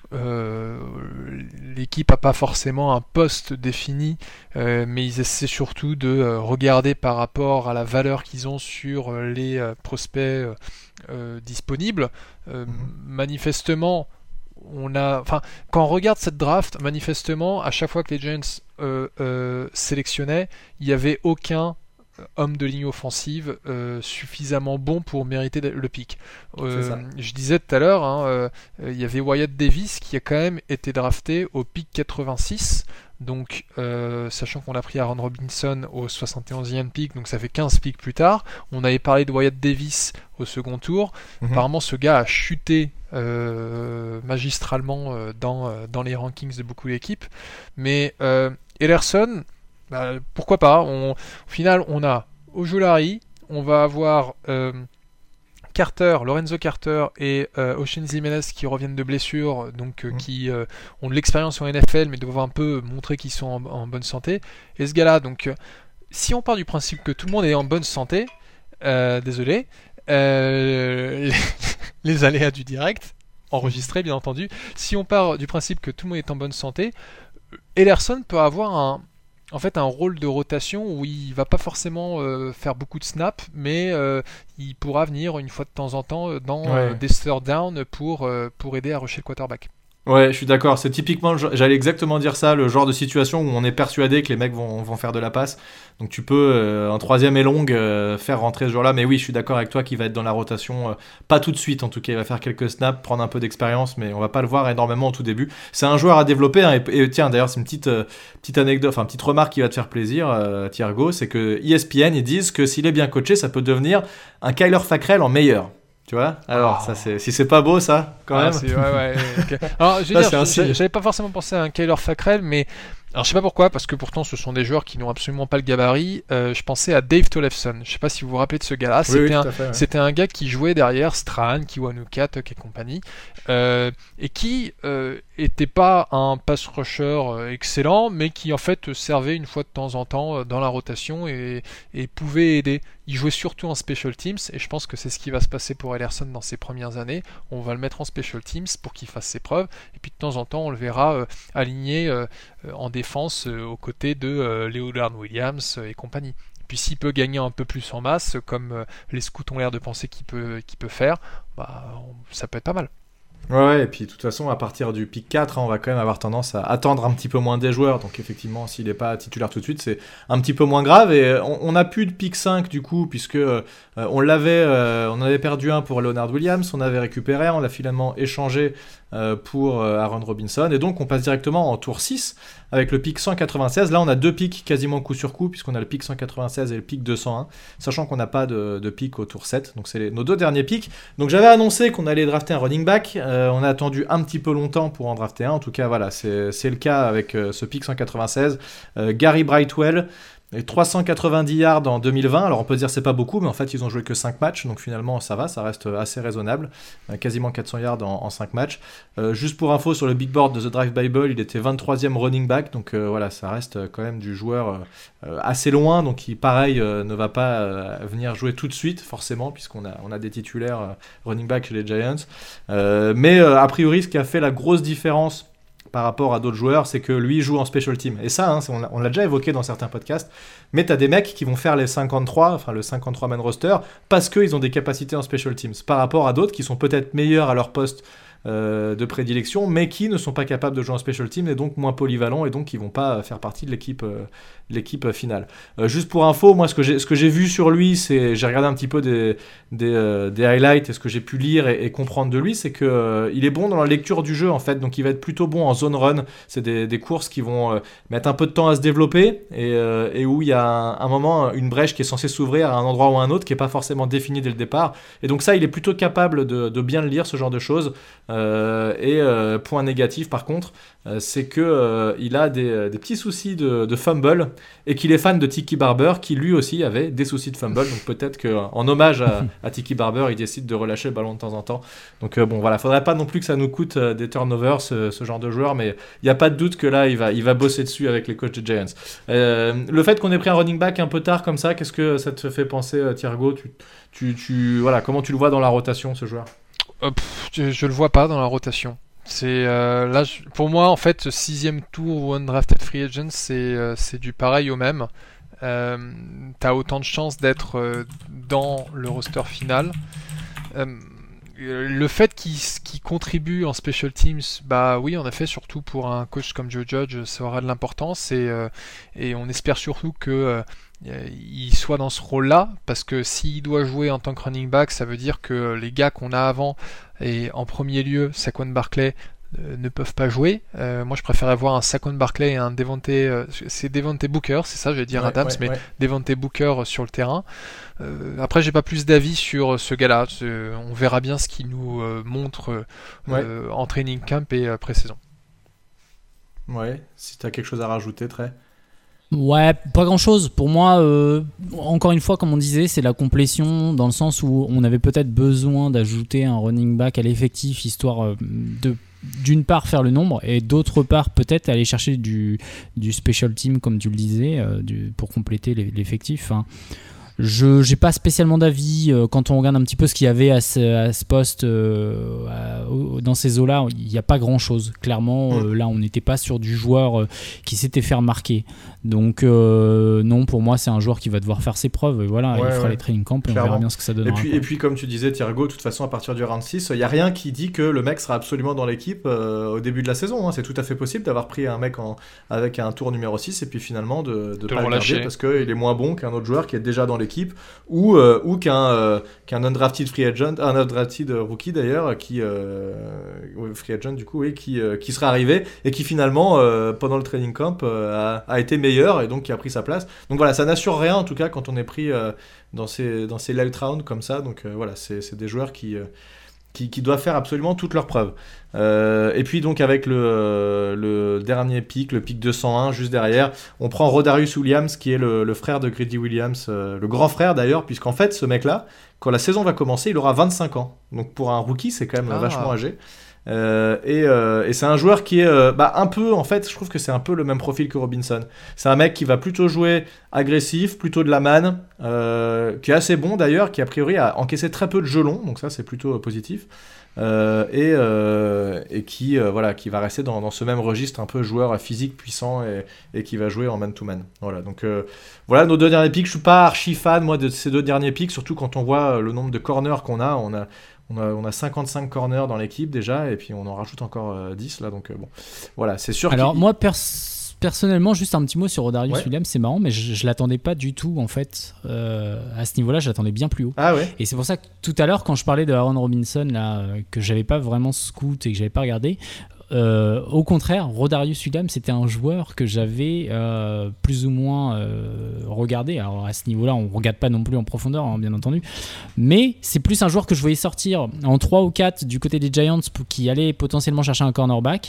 Euh, l'équipe n'a pas forcément un poste défini, euh, mais ils essaient surtout de euh, regarder par rapport à la valeur qu'ils ont sur euh, les euh, prospects euh, euh, disponibles. Euh, mm-hmm. Manifestement, on a, enfin, quand on regarde cette draft, manifestement, à chaque fois que les Giants euh, euh, sélectionnaient, il n'y avait aucun homme de ligne offensive euh, suffisamment bon pour mériter le pick. Euh, je disais tout à l'heure, hein, euh, il y avait Wyatt Davis qui a quand même été drafté au pick quatre-vingt-six, donc euh, sachant qu'on a pris Aaron Robinson au soixante et onzième pick, donc ça fait quinze picks plus tard. On avait parlé de Wyatt Davis au second tour. Mm-hmm. Apparemment, ce gars a chuté euh, magistralement euh, dans, euh, dans les rankings de beaucoup d'équipes. Mais euh, Elerson, bah, pourquoi pas. On, au final, on a Ojulari, on va avoir euh, Carter, Lorenzo Carter et euh, Ocean Jimenez qui reviennent de blessures, donc euh, mmh. qui euh, ont de l'expérience en N F L, mais doivent un peu montrer qu'ils sont en, en bonne santé. Et ce gars-là, donc, euh, si on part du principe que tout le monde est en bonne santé, euh, désolé, euh, les, les aléas du direct, enregistrés bien entendu, si on part du principe que tout le monde est en bonne santé, Elerson peut avoir un en fait un rôle de rotation où il va pas forcément euh, faire beaucoup de snaps, mais euh, il pourra venir une fois de temps en temps dans ouais. euh, des third down pour, euh, pour aider à rusher le quarterback. Ouais, je suis d'accord. C'est typiquement, j'allais exactement dire ça, le genre de situation où on est persuadé que les mecs vont, vont faire de la passe. Donc tu peux, euh, en troisième et longue, euh, faire rentrer ce joueur-là. Mais oui, je suis d'accord avec toi qu'il va être dans la rotation. Euh, pas tout de suite, en tout cas. Il va faire quelques snaps, prendre un peu d'expérience, mais on va pas le voir énormément au tout début. C'est un joueur à développer. Hein, et, et tiens, d'ailleurs, c'est une petite, euh, petite anecdote, enfin, petite remarque qui va te faire plaisir, euh, Thiergo. C'est que E S P N, ils disent que s'il est bien coaché, ça peut devenir un Kyler Fackrell en meilleur. Tu vois? Alors, oh. ça, c'est, si c'est pas beau, ça, quand ah, même. C'est, ouais, ouais, okay. Alors, je veux Là, dire, je, j'avais pas forcément pensé à un Kyler Fackrell, mais alors je sais pas pourquoi, parce que pourtant ce sont des joueurs qui n'ont absolument pas le gabarit. Euh, je pensais à Dave Tollefson. Je sais pas si vous vous rappelez de ce gars-là. Oui, c'était, oui, un, fait, ouais. c'était un gars qui jouait derrière Strahan, Kiwanuka, Tuck et compagnie, euh, et qui euh, était pas un pass rusher euh, excellent, mais qui en fait servait une fois de temps en temps euh, dans la rotation et, et pouvait aider. Il jouait surtout en special teams, et je pense que c'est ce qui va se passer pour Ellerson dans ses premières années. On va le mettre en special teams pour qu'il fasse ses preuves, et puis de temps en temps on le verra euh, aligné euh, en défense euh, aux côtés de euh, Leonard Williams euh, et compagnie. Puis s'il peut gagner un peu plus en masse, comme euh, les scouts ont l'air de penser qu'il peut, qu'il peut faire, bah, on, ça peut être pas mal. Ouais, et puis de toute façon, à partir du pick quatre, hein, on va quand même avoir tendance à attendre un petit peu moins des joueurs. Donc effectivement, s'il n'est pas titulaire tout de suite, c'est un petit peu moins grave. Et on n'a plus de pick cinq du coup, puisque euh, on l'avait, euh, on avait perdu un pour Leonard Williams, on avait récupéré un, on l'a finalement échangé euh, pour euh, Aaron Robinson. Et donc on passe directement en tour six avec le pick cent quatre-vingt-seize. Là, on a deux picks quasiment coup sur coup, puisqu'on a le pick cent quatre-vingt-seize et le pick deux cent un, sachant qu'on n'a pas de, de pick au tour sept. Donc c'est les, nos deux derniers picks. Donc j'avais annoncé qu'on allait drafter un running back. Euh, on a attendu un petit peu longtemps pour en drafter un. En tout cas, voilà, c'est, c'est le cas avec euh, ce pick cent quatre-vingt-seize. Euh, Gary Brightwell, trois cent quatre-vingt-dix yards en deux mille vingt. Alors on peut dire c'est pas beaucoup, mais en fait ils ont joué que cinq matchs, donc finalement ça va, ça reste assez raisonnable. Euh, quasiment quatre cents yards en, en cinq matchs. Euh, juste pour info, sur le big board de The Drive Bible, il était vingt-troisième running back, donc euh, voilà, ça reste quand même du joueur euh, assez loin, donc qui pareil euh, ne va pas euh, venir jouer tout de suite forcément, puisqu'on a, on a des titulaires euh, running back chez les Giants. Euh, mais euh, a priori ce qui a fait la grosse différence par rapport à d'autres joueurs, c'est que lui joue en special team. Et ça, hein, on, l'a, on l'a déjà évoqué dans certains podcasts, mais t'as des mecs qui vont faire les cinquante-trois, enfin le cinquante-trois man roster, parce qu'ils ont des capacités en special teams, par rapport à d'autres qui sont peut-être meilleurs à leur poste euh, de prédilection, mais qui ne sont pas capables de jouer en special team, et donc moins polyvalents, et donc qui vont pas faire partie de l'équipe, euh, de l'équipe finale. Euh, juste pour info, moi ce que j'ai, ce que j'ai vu sur lui, c'est, j'ai regardé un petit peu des, des, euh, des highlights, et ce que j'ai pu lire et, et comprendre de lui, c'est que euh, il est bon dans la lecture du jeu en fait, donc il va être plutôt bon en zone run. C'est des, des courses qui vont euh, mettre un peu de temps à se développer, et, euh, et où il y a un, un moment, une brèche qui est censée s'ouvrir à un endroit ou à un autre, qui n'est pas forcément définie dès le départ, et donc ça il est plutôt capable de, de bien le lire, ce genre de choses. Euh, et euh, point négatif par contre, euh, c'est que euh, il a des, des petits soucis de, de fumble, et qu'il est fan de Tiki Barber, qui lui aussi avait des soucis de fumble. Donc peut-être qu'en hommage à, à Tiki Barber, il décide de relâcher le ballon de temps en temps. Donc euh, bon voilà, faudrait pas non plus que ça nous coûte euh, des turnovers, ce, ce genre de joueur, mais il n'y a pas de doute que là il va, il va bosser dessus avec les coachs des Giants. Euh, le fait qu'on ait pris un running back un peu tard comme ça, qu'est-ce que ça te fait penser, euh, Thiergo? tu, tu, tu, voilà, comment tu le vois dans la rotation, ce joueur? euh, pff, je, je le vois pas dans la rotation. C'est euh, là je, pour moi en fait sixième tour undrafted free agent, c'est euh, c'est du pareil au même. Euh, t'as autant de chances d'être euh, dans le roster final. Euh, le fait qu'il, qu'il contribue en special teams, bah oui en effet, surtout pour un coach comme Joe Judge, ça aura de l'importance, et euh, et on espère surtout que euh, il soit dans ce rôle-là, parce que s'il doit jouer en tant que running back, ça veut dire que les gars qu'on a avant, et en premier lieu Saquon Barkley, euh, ne peuvent pas jouer. Euh, moi je préférais voir un Saquon Barkley et un Devontae, euh, c'est Devontae Booker, c'est ça, je vais dire ouais, Adams, ouais, mais ouais. Devontae Booker sur le terrain. Euh, après j'ai pas plus d'avis sur ce gars-là, on verra bien ce qu'il nous euh, montre euh, ouais. en training camp et euh, pré-saison. Ouais, si t'as quelque chose à rajouter, Trey. Ouais, pas grand chose. Pour moi, euh, encore une fois, comme on disait, c'est la complétion, dans le sens où on avait peut-être besoin d'ajouter un running back à l'effectif, histoire de, d'une part, faire le nombre, et d'autre part, peut-être aller chercher du, du special team, comme tu le disais, euh, du, pour compléter l'effectif. Hein. Je j'ai pas spécialement d'avis euh, quand on regarde un petit peu ce qu'il y avait à ce, à ce poste euh, à, au, dans ces eaux-là. Il n'y a pas grand-chose. Clairement, mmh. euh, là, on n'était pas sur du joueur euh, qui s'était fait remarquer. Donc euh, non, pour moi, c'est un joueur qui va devoir faire ses preuves. Et voilà, ouais, il fera ouais. les training camps et Clairement. on verra bien ce que ça donnera. Et puis, quoi. et puis comme tu disais, Thiergo, de toute façon, à partir du round six, il n'y a rien qui dit que le mec sera absolument dans l'équipe euh, au début de la saison. Hein. C'est tout à fait possible d'avoir pris un mec en, avec un tour numéro six et puis finalement de ne pas le garder parce qu'il est moins bon qu'un autre joueur qui est déjà dans l'équipe ou, euh, ou qu'un, euh, qu'un undrafted free agent, un undrafted rookie d'ailleurs, qui, euh, free agent du coup, oui, qui, euh, qui serait arrivé et qui finalement, euh, pendant le training camp, euh, a, a été meilleur et donc qui a pris sa place. Donc voilà, ça n'assure rien en tout cas quand on est pris euh, dans ces, dans ces late rounds comme ça. Donc euh, voilà, c'est, c'est des joueurs qui... Euh, Qui, qui doivent faire absolument toutes leurs preuves. Euh, et puis donc avec le, euh, le dernier pick, le pick deux cent un, juste derrière, on prend Rodarius Williams, qui est le, le frère de Grady Williams, euh, le grand frère d'ailleurs, puisqu'en fait ce mec-là, quand la saison va commencer, il aura vingt-cinq ans. Donc pour un rookie, c'est quand même ah. vachement âgé. Euh, et, euh, et c'est un joueur qui est euh, bah, un peu, en fait, je trouve que c'est un peu le même profil que Robinson. C'est un mec qui va plutôt jouer agressif, plutôt de la manne, euh, qui est assez bon d'ailleurs, qui a priori a encaissé très peu de gelons, donc ça c'est plutôt euh, positif. Euh, et, euh, et qui, euh, voilà, qui va rester dans, dans ce même registre un peu joueur physique puissant et, et qui va jouer en man-to-man. Voilà, donc euh, voilà nos deux derniers picks. Je suis pas archi fan moi de ces deux derniers picks, surtout quand on voit le nombre de corners qu'on a. On a On a, on a cinquante-cinq corners dans l'équipe déjà, et puis on en rajoute encore euh, dix là, donc euh, bon, voilà, c'est sûr. Alors qu'il... moi, pers- personnellement, juste un petit mot sur Rodarius ouais. Williams, c'est marrant, mais je, je l'attendais pas du tout en fait. Euh, à ce niveau-là, je l'attendais bien plus haut. Ah ouais. Et c'est pour ça que tout à l'heure, quand je parlais de Aaron Robinson là, euh, que j'avais pas vraiment scout et que j'avais pas regardé. Euh, au contraire, Rodarius Williams c'était un joueur que j'avais euh, plus ou moins euh, regardé. Alors à ce niveau-là, on regarde pas non plus en profondeur, hein, bien entendu, mais c'est plus un joueur que je voyais sortir en trois ou quatre du côté des Giants qui allait potentiellement chercher un cornerback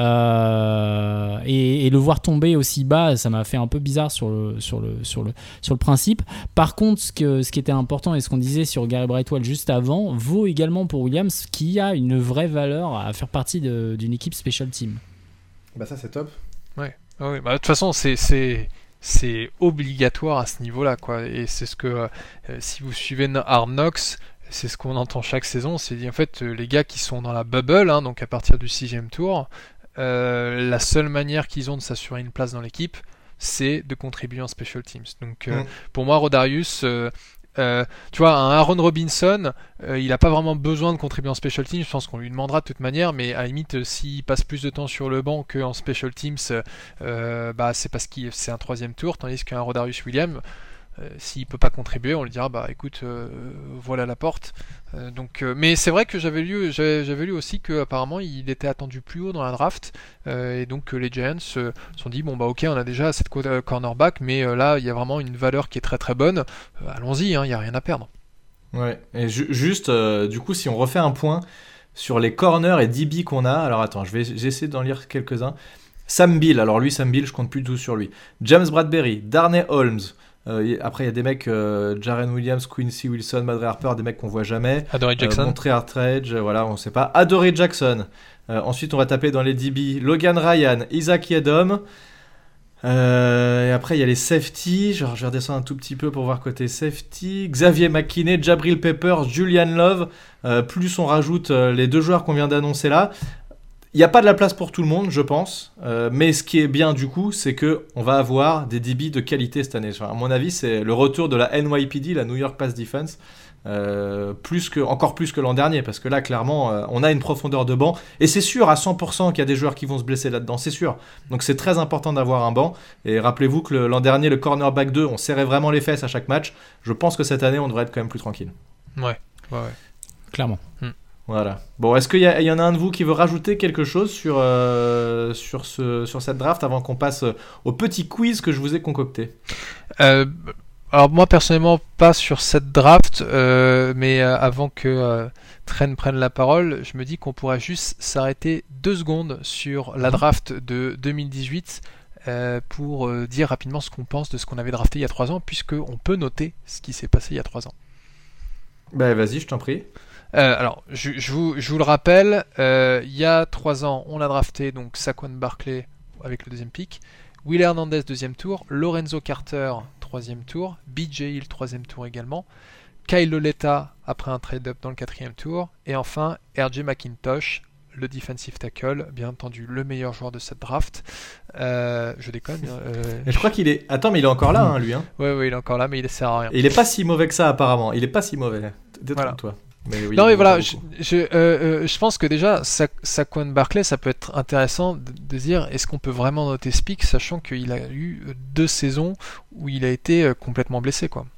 euh, et, et le voir tomber aussi bas, ça m'a fait un peu bizarre sur le, sur le, sur le, sur le principe. Par contre, ce, que, ce qui était important et ce qu'on disait sur Gary Brightwell juste avant vaut également pour Williams, qui a une vraie valeur à faire partie de, d'une équipe special team. Bah ça c'est top. Ouais. Ouais. Bah de toute façon c'est c'est c'est obligatoire à ce niveau-là quoi. Et c'est ce que euh, si vous suivez Hard Knocks, c'est ce qu'on entend chaque saison. C'est en fait euh, les gars qui sont dans la bubble, hein, donc à partir du sixième tour, euh, la seule manière qu'ils ont de s'assurer une place dans l'équipe, c'est de contribuer en special teams. Donc euh, mm. pour moi Rodarius euh, Euh, tu vois, un Aaron Robinson, euh, il n'a pas vraiment besoin de contribuer en special teams. Je pense qu'on lui demandera de toute manière, mais à la limite, euh, s'il passe plus de temps sur le banc qu'en special teams, euh, bah, c'est parce que c'est un troisième tour, tandis qu'un Rodarius Williams, euh, s'il peut pas contribuer, on lui dira bah écoute, euh, voilà la porte. Euh, donc, euh, mais c'est vrai que j'avais lu, j'avais, j'avais lu aussi qu'apparemment il était attendu plus haut dans la draft, euh, et donc euh, les Giants se euh, sont dit bon bah ok, on a déjà cette cornerback, mais euh, là il y a vraiment une valeur qui est très très bonne. Euh, allons-y, il hein, y a rien à perdre. Ouais. Et ju- juste, euh, du coup, si on refait un point sur les corners et D B qu'on a, alors attends, je vais j'essaie d'en lire quelques-uns. Sam Beal, alors lui, Sam Beal, je compte plus du tout sur lui. James Bradbury, Darnay Holmes. Euh, après, il y a des mecs, euh, Jaren Williams, Quincy Wilson, Madre Harper, des mecs qu'on voit jamais. Adoree Jackson. Euh, Montré Hartridge, voilà, on sait pas. Adoree Jackson. Euh, ensuite, on va taper dans les D B. Logan Ryan, Isaac Yedom. Euh, et après, il y a les safety. Genre, je vais redescendre un tout petit peu pour voir côté safety. Xavier McKinney, Jabril Peppers, Julian Love. Euh, plus on rajoute euh, les deux joueurs qu'on vient d'annoncer là. Il n'y a pas de la place pour tout le monde, je pense. Euh, mais ce qui est bien, du coup, c'est qu'on va avoir des D B de qualité cette année. Enfin, à mon avis, c'est le retour de la N Y P D, la New York Pass Defense, euh, plus que, encore plus que l'an dernier. Parce que là, clairement, euh, on a une profondeur de banc. Et c'est sûr à cent pour cent qu'il y a des joueurs qui vont se blesser là-dedans, c'est sûr. Donc c'est très important d'avoir un banc. Et rappelez-vous que le, l'an dernier, le cornerback deux, on serrait vraiment les fesses à chaque match. Je pense que cette année, on devrait être quand même plus tranquille. Ouais, ouais, ouais. Clairement. Hmm. Voilà. Bon, est-ce qu'il y, a, il y en a un de vous qui veut rajouter quelque chose sur, euh, sur, ce, sur cette draft avant qu'on passe au petit quiz que je vous ai concocté ? euh, Alors moi personnellement pas sur cette draft, euh, mais euh, avant que euh, Tren prenne la parole, je me dis qu'on pourrait juste s'arrêter deux secondes sur la draft de deux mille dix-huit euh, pour euh, dire rapidement ce qu'on pense de ce qu'on avait drafté il y a trois ans, puisqu'on peut noter ce qui s'est passé il y a trois ans. Ben vas-y, je t'en prie. Euh, alors, je, je, vous, je vous le rappelle, euh, il y a trois ans, on a drafté donc Saquon Barkley avec le deuxième pick, Will Hernandez deuxième tour, Lorenzo Carter troisième tour, B J Hill troisième tour également, Kyle Lauletta après un trade-up dans le quatrième tour, et enfin R J McIntosh, le defensive tackle, bien entendu le meilleur joueur de cette draft. Euh, je déconne. Euh... Mais je crois qu'il est. Attends, mais il est encore là, hein, lui. Hein. Ouais, ouais, il est encore là, mais il ne sert à rien. Et il est pas si mauvais que ça, apparemment. Il est pas si mauvais. Détrompe-toi. Mais oui, non mais voilà, je, je, euh, euh, je pense que déjà Sa- Saquon Barkley, ça peut être intéressant de, de dire est-ce qu'on peut vraiment noter ce pick, sachant qu'il a eu deux saisons où il a été complètement blessé, quoi.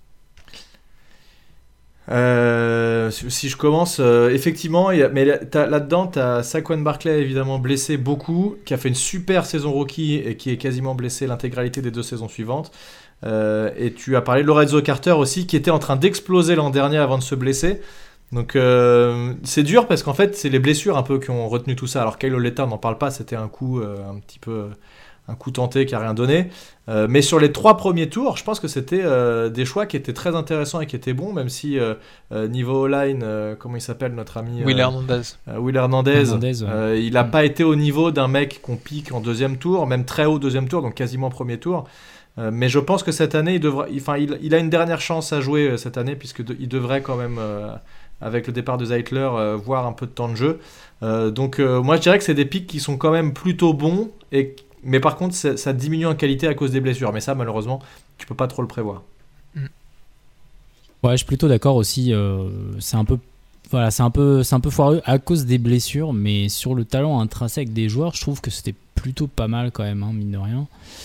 Euh, si je commence, euh, effectivement, y a, mais t'as, là-dedans, tu as Saquon Barkley évidemment blessé beaucoup, qui a fait une super saison rookie et qui est quasiment blessé l'intégralité des deux saisons suivantes. Euh, et tu as parlé de Lorenzo Carter aussi, qui était en train d'exploser l'an dernier avant de se blesser. Donc euh, c'est dur parce qu'en fait, c'est les blessures un peu qui ont retenu tout ça. Alors Kyle Lauletta, on n'en parle pas, c'était un coup euh, un petit peu. Euh, un coup tenté qui n'a rien donné. Euh, mais sur les trois premiers tours, je pense que c'était euh, des choix qui étaient très intéressants et qui étaient bons, même si euh, euh, niveau O-line, euh, comment il s'appelle notre ami euh, Will Hernandez. Euh, Will Hernandez, Hernandez ouais. euh, il n'a mm. pas été au niveau d'un mec qu'on pique en deuxième tour, même très haut deuxième tour, donc quasiment premier tour. Euh, mais je pense que cette année, il, devra, il, il, il a une dernière chance à jouer euh, cette année, puisqu'il de, devrait quand même, euh, avec le départ de Zeitler, euh, voir un peu de temps de jeu. Euh, donc euh, moi, je dirais que c'est des pics qui sont quand même plutôt bons et mais par contre, ça, ça diminue en qualité à cause des blessures. Mais ça, malheureusement, tu peux pas trop le prévoir. Ouais, je suis plutôt d'accord aussi. Euh, c'est un peu, voilà, c'est un peu, c'est un peu foireux à cause des blessures, mais sur le talent intrinsèque des joueurs, je trouve que c'était plutôt pas mal quand même, hein, mine de rien.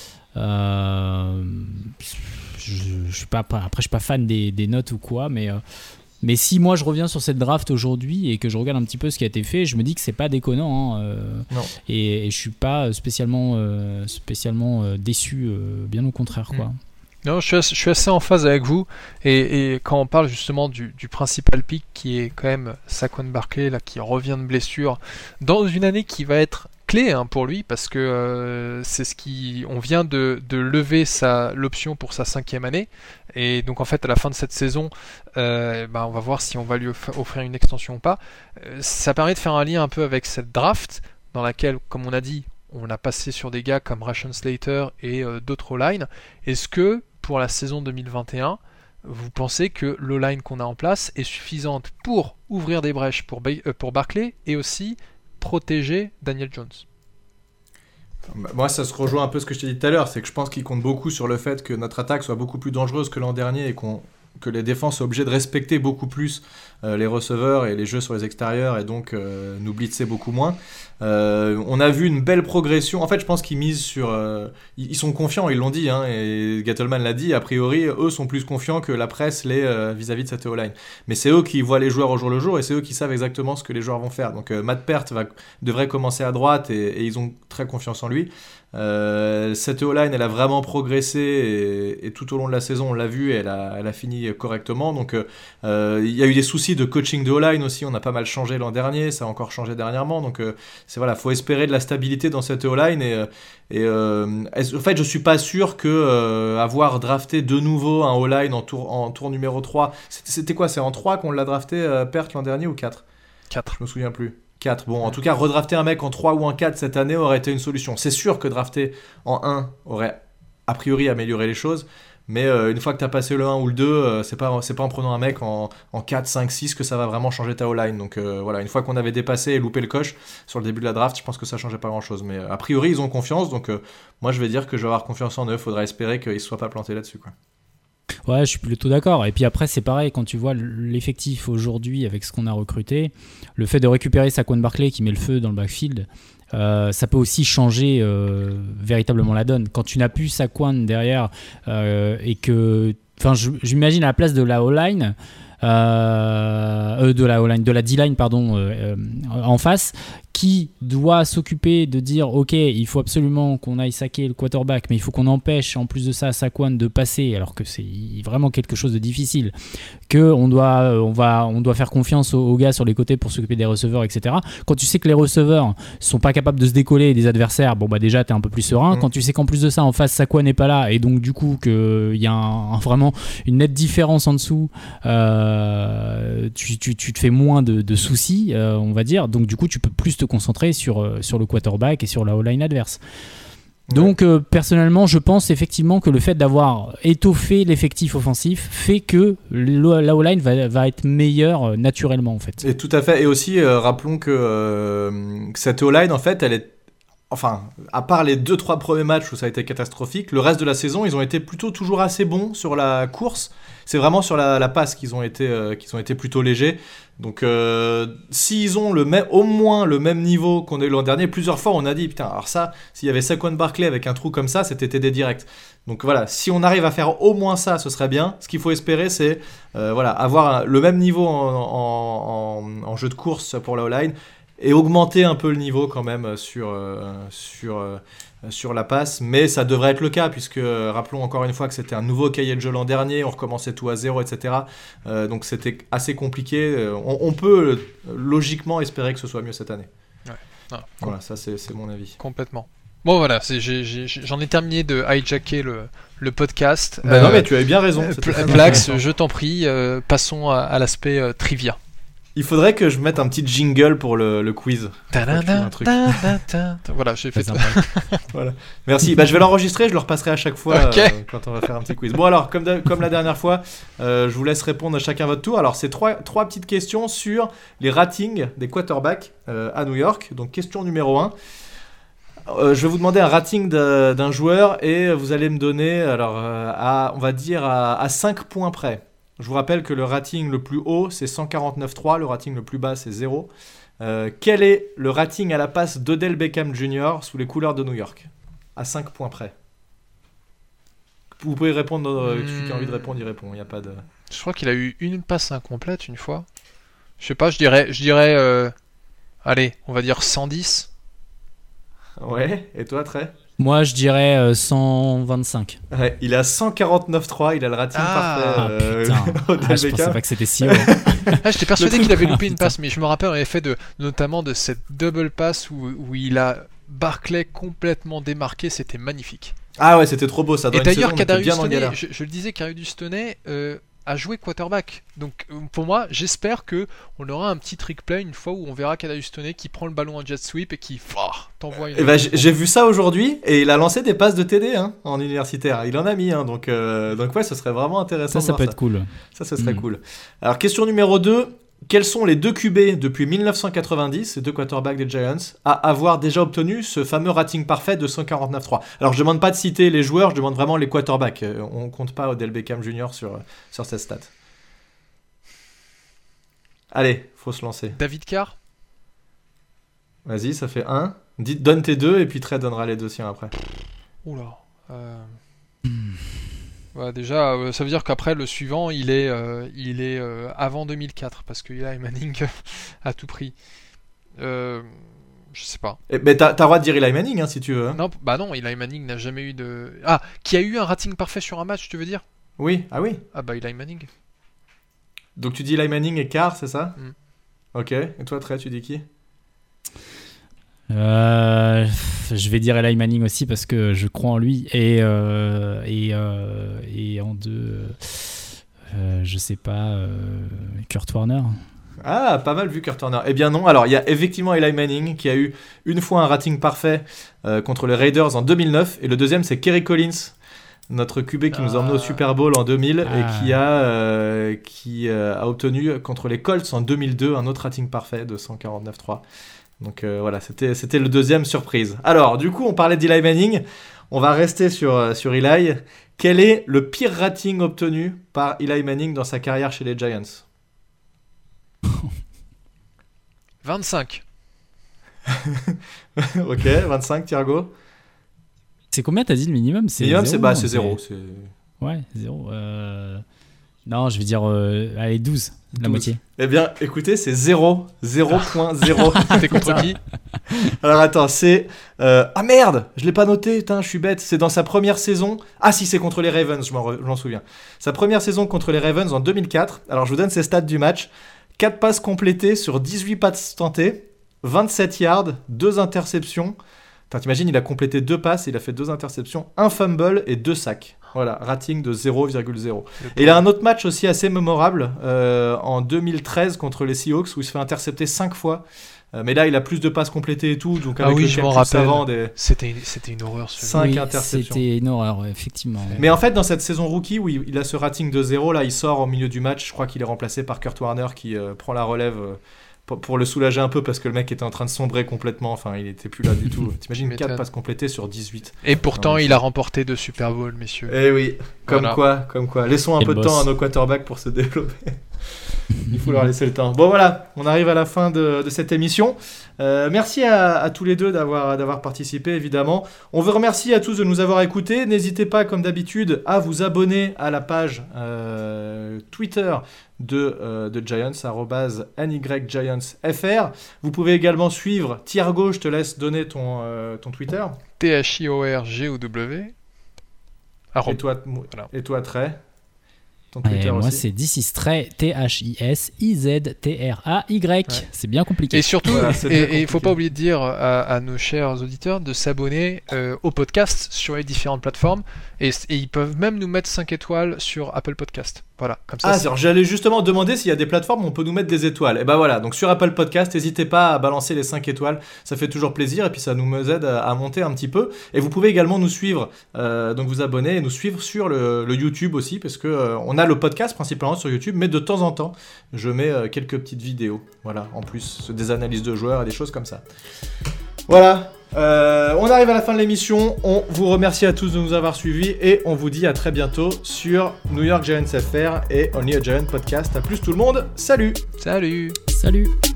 Euh, je, je suis pas, après, je suis pas fan des, des notes ou quoi, mais. Euh, Mais si moi je reviens sur cette draft aujourd'hui et que je regarde un petit peu ce qui a été fait, je me dis que c'est pas déconnant. Hein, euh, non. Et, et je suis pas spécialement, euh, spécialement euh, déçu, euh, bien au contraire, quoi. Mmh. Non, je suis, assez, je suis assez en phase avec vous. Et, et quand on parle justement du, du principal pick qui est quand même Saquon Barkley, là, qui revient de blessure, dans une année qui va être clé hein, pour lui, parce que euh, c'est ce qui, on vient de, de lever sa, l'option pour sa cinquième année. Et donc en fait à la fin de cette saison, euh, bah, on va voir si on va lui offrir une extension ou pas. Euh, ça permet de faire un lien un peu avec cette draft dans laquelle, comme on a dit, on a passé sur des gars comme Rashawn Slater et euh, d'autres O-line. Est-ce que pour la saison deux mille vingt et un, vous pensez que l'O-line qu'on a en place est suffisante pour ouvrir des brèches pour, Bay- euh, pour Barkley et aussi protéger Daniel Jones? Moi, ça se rejoint un peu ce que je t'ai dit tout à l'heure, c'est que je pense qu'il compte beaucoup sur le fait que notre attaque soit beaucoup plus dangereuse que l'an dernier et qu'on, que les défenses soient obligées de respecter beaucoup plus euh, les receveurs et les jeux sur les extérieurs et donc euh, nous blitzer beaucoup moins. Euh, on a vu une belle progression. En fait, je pense qu'ils misent sur... Euh, ils sont confiants, ils l'ont dit, hein, et Gettleman l'a dit, a priori, eux sont plus confiants que la presse l'est euh, vis-à-vis de cette O-line. Mais c'est eux qui voient les joueurs au jour le jour et c'est eux qui savent exactement ce que les joueurs vont faire. Donc euh, Matt Peart va, devrait commencer à droite et, et ils ont très confiance en lui. Euh, cette O-line, elle a vraiment progressé et, et tout au long de la saison, on l'a vu, elle a, elle a fini correctement. Donc, euh, il y a eu des soucis de coaching de O-line aussi. On a pas mal changé l'an dernier, ça a encore changé dernièrement. Donc, euh, c'est voilà, faut espérer de la stabilité dans cette O-line. Et, et euh, en fait, je suis pas sûr que euh, avoir drafté de nouveau un O-line en tour, en tour numéro trois. C'était, c'était quoi? C'est en trois qu'on l'a drafté, euh, Peart l'an dernier ou quatre? quatre. Je me souviens plus. quatre. Bon, en tout cas, redrafter un mec en trois ou en quatre cette année aurait été une solution. C'est sûr que drafter en un aurait a priori amélioré les choses, mais euh, une fois que tu as passé le un ou le deux, euh, c'est pas, c'est pas en prenant un mec en, en quatre, cinq, six que ça va vraiment changer ta O-line. Donc euh, voilà, une fois qu'on avait dépassé et loupé le coche sur le début de la draft, je pense que ça changeait pas grand-chose. Mais euh, a priori, ils ont confiance, donc euh, moi je vais dire que je vais avoir confiance en eux. Faudra espérer qu'ils ne se soient pas plantés là-dessus, quoi. Ouais, je suis plutôt d'accord. Et puis après, c'est pareil, quand tu vois l'effectif aujourd'hui avec ce qu'on a recruté, le fait de récupérer Saquon Barkley qui met le feu dans le backfield, euh, ça peut aussi changer euh, véritablement la donne. Quand tu n'as plus Saquon derrière euh, et que... Enfin, je, je m'imagine à la place de la O-line... Euh, de la O-line, de la D-line pardon, euh, en face, qui doit s'occuper de dire ok, il faut absolument qu'on aille saquer le quarterback, mais il faut qu'on empêche en plus de ça Saquon de passer, alors que c'est vraiment quelque chose de difficile, que on doit, on va, on doit faire confiance aux, aux gars sur les côtés pour s'occuper des receveurs, et cetera. Quand tu sais que les receveurs sont pas capables de se décoller des adversaires, bon bah déjà t'es un peu plus serein. Mmh. Quand tu sais qu'en plus de ça en face Saquon n'est pas là et donc du coup qu'il y a un, un, vraiment une nette différence en dessous. Euh, Euh, tu, tu, tu te fais moins de, de soucis, euh, on va dire. Donc du coup, tu peux plus te concentrer sur, euh, sur le quarterback et sur la O-line adverse. Donc euh, personnellement, je pense effectivement que le fait d'avoir étoffé l'effectif offensif fait que la O-line va, va être meilleure euh, naturellement en fait. Et tout à fait. Et aussi, euh, rappelons que, euh, que cette O-line, en fait, elle est... Enfin, à part les deux trois premiers matchs où ça a été catastrophique, le reste de la saison, ils ont été plutôt toujours assez bons sur la course. C'est vraiment sur la, la passe qu'ils ont été, euh, qu'ils ont été plutôt légers. Donc, euh, s'ils ont le même, au moins le même niveau qu'on a eu l'an dernier, plusieurs fois on a dit, putain, alors ça, s'il y avait Saquon Barkley avec un trou comme ça, c'était T D direct. Donc voilà, si on arrive à faire au moins ça, ce serait bien. Ce qu'il faut espérer, c'est euh, voilà, avoir un, le même niveau en, en, en, en jeu de course pour la O-line et augmenter un peu le niveau quand même sur, euh, sur, euh, sur la passe. Mais ça devrait être le cas, puisque euh, rappelons encore une fois que c'était un nouveau cahier de jeu l'an dernier, on recommençait tout à zéro, et cetera. Euh, donc c'était assez compliqué. On, on peut euh, logiquement espérer que ce soit mieux cette année. Ouais. Ah, voilà, ça c'est, c'est mon avis. Complètement. Bon voilà, c'est, j'ai, j'ai, j'en ai terminé de hijacker le, le podcast. Bah euh, non mais tu avais bien raison. Pl- Plax, je t'en prie, euh, passons à, à l'aspect euh, trivia. Il faudrait que je mette un petit jingle pour le, le quiz. Ta-da-da, ta-da-da. Voilà, j'ai fait. Voilà. Merci. Bah, je vais l'enregistrer, je le repasserai à chaque fois okay. euh, quand on va faire un petit quiz. Bon alors, comme, de, comme la dernière fois, euh, je vous laisse répondre à chacun votre tour. Alors, c'est trois, trois petites questions sur les ratings des quarterbacks euh, à New York. Donc, question numéro un. Euh, je vais vous demander un rating de, d'un joueur et vous allez me donner, alors, euh, à, on va dire à, à cinq points près. Je vous rappelle que le rating le plus haut, c'est cent quarante-neuf virgule trois, le rating le plus bas, c'est zéro. Euh, quel est le rating à la passe d'Odell Beckham junior sous les couleurs de New York ? À cinq points près. Vous pouvez répondre, euh, mmh. celui qui a envie de répondre, il répond, il n'y a pas de... Je crois qu'il a eu une passe incomplète une fois. Je sais pas, je dirais, je dirais euh... allez, on va dire cent dix. Ouais, et toi, Trey ? Moi, je dirais euh, cent vingt-cinq. Ouais, il a cent quarante-neuf virgule trois, il a le rating ah, parfait. Euh, ah, putain, ah, je pensais pas que c'était si haut. ah, j'étais persuadé qu'il avait loupé une passe, mais je me rappelle en effet de, notamment de cette double pass où, où il a Barkley complètement démarqué, c'était magnifique. Ah ouais, c'était trop beau ça. Dans et d'ailleurs, Kadarius Toney, je, je le disais, Kadarius Toney euh, a joué quarterback. Donc pour moi, j'espère que on aura un petit trick play une fois où on verra Kadarius Toney qui prend le ballon en jet sweep et qui oh, t'envoie une. Et bah, j'ai, j'ai vu ça aujourd'hui et il a lancé des passes de T D hein, en universitaire. Il en a mis, hein, donc euh, donc ouais, ce serait vraiment intéressant. Ça, ça de peut voir être cool. Ça, ce serait mmh. cool. Alors question numéro deux. Quels sont les deux Q B depuis dix-neuf cent quatre-vingt-dix, les deux quarterbacks des Giants, à avoir déjà obtenu ce fameux rating parfait de cent quarante-neuf virgule trois ? Alors, je ne demande pas de citer les joueurs, je demande vraiment les quarterbacks. On ne compte pas Odell Beckham junior sur, sur cette stat. Allez, faut se lancer. David Carr ? Vas-y, ça fait un. Dis, donne tes deux et puis Trey donnera les deux siens après. Oula. Euh... Hmm. Ouais, déjà, euh, ça veut dire qu'après le suivant, il est, euh, il est euh, avant deux mille quatre parce qu'il a Manning à tout prix. Euh, je sais pas. Eh, mais t'as, t'as le droit de dire Eli Manning hein, si tu veux. Hein. Non, bah non, Eli Manning n'a jamais eu de. Ah, qui a eu un rating parfait sur un match, tu veux dire ? Oui, ah oui. Ah bah Eli Manning. Donc tu dis Eli Manning et Carr, c'est ça ? mm. Ok. Et toi, Trey, tu dis qui ? Euh, je vais dire Eli Manning aussi parce que je crois en lui et euh, et euh, et en deux euh, je sais pas euh, Kurt Warner. Ah, pas mal vu Kurt Warner. Eh bien non, alors il y a effectivement Eli Manning qui a eu une fois un rating parfait euh, contre les Raiders en deux mille neuf et le deuxième c'est Kerry Collins, notre Q B qui ah. nous a emmené au Super Bowl en deux mille ah. et qui a euh, qui euh, a obtenu contre les Colts en deux mille deux un autre rating parfait de cent quarante-neuf virgule trois. Donc euh, voilà, c'était, c'était le deuxième surprise. Alors, du coup, on parlait d'Eli Manning. On va rester sur, euh, sur Eli. Quel est le pire rating obtenu par Eli Manning dans sa carrière chez les Giants ? vingt-cinq. Ok, vingt-cinq, Thiergo. C'est combien t'as dit le minimum ? C'est minimum, zéro, c'est, bah, c'est zéro. C'est... Ouais, zéro. Euh... Non, je vais dire euh, allez, douze, la douze. Moitié. Eh bien, écoutez, c'est zéro. zéro virgule zéro. C'était contre qui ? Alors attends, c'est... Euh... Ah merde, je l'ai pas noté, putain, je suis bête. C'est dans sa première saison... Ah si, c'est contre les Ravens, je m'en, re... je m'en souviens. Sa première saison contre les Ravens en deux mille quatre. Alors je vous donne ses stats du match. quatre passes complétées sur dix-huit passes tentées, vingt-sept yards, deux interceptions. Putain, t'imagines, il a complété deux passes, il a fait deux interceptions, un fumble et deux sacs. Voilà, rating de zéro virgule zéro. Et il a un autre match aussi assez mémorable euh, en deux mille treize contre les Seahawks où il se fait intercepter cinq fois Euh, mais là, il a plus de passes complétées et tout. Donc ah avec oui, le je m'en calcul rappelle. savant des... C'était, c'était une horreur. cinq Oui, interceptions. C'était une horreur, effectivement. Mais en fait, dans cette saison rookie où il, il a ce rating de zéro, là, il sort au milieu du match. Je crois qu'il est remplacé par Kurt Warner qui euh, prend la relève euh, pour, pour le soulager un peu parce que le mec était en train de sombrer complètement. Enfin, il était plus là du tout. T'imagines quatre passes complétées sur dix-huit. Et pourtant, non, il a remporté deux Super Bowls, messieurs. Eh oui, comme Voilà. quoi, comme quoi. Laissons un Quel peu de boss. temps à nos quarterbacks pour se développer. Il faut leur laisser le temps. Bon voilà, on arrive à la fin de, de cette émission. Euh, merci à, à tous les deux d'avoir, d'avoir participé, évidemment. On veut remercier à tous de nous avoir écoutés. N'hésitez pas, comme d'habitude, à vous abonner à la page euh, Twitter de, euh, de Giants, arobase N Y Giants F R. Vous pouvez également suivre Thiergo, je te laisse donner ton, euh, ton Twitter. T H I O R G O W. Et toi, Voilà. et toi Trey, ton Et Twitter moi, aussi. c'est This is Trey, T H I S I Z T R A Y. Ouais. C'est bien compliqué. Et surtout, Voilà, c'est bien et il compliqué. faut pas oublier de dire à, à nos chers auditeurs de s'abonner euh, au podcast sur les différentes plateformes. Et, et ils peuvent même nous mettre cinq étoiles sur Apple Podcast. Voilà, comme ça. Ah, c'est- alors j'allais justement demander s'il y a des plateformes où on peut nous mettre des étoiles. Et ben voilà, donc sur Apple Podcast, n'hésitez pas à balancer les cinq étoiles, ça fait toujours plaisir et puis ça nous aide à, à monter un petit peu. Et vous pouvez également nous suivre, euh, donc vous abonner et nous suivre sur le, le YouTube aussi, parce que euh, on a le podcast principalement sur YouTube, mais de temps en temps, je mets euh, quelques petites vidéos, voilà, en plus des analyses de joueurs et des choses comme ça. Voilà. Euh, on arrive à la fin de l'émission, on vous remercie à tous de nous avoir suivis et on vous dit à très bientôt sur New York Giants F R et Only a Giant Podcast. À plus tout le monde, salut! Salut! Salut!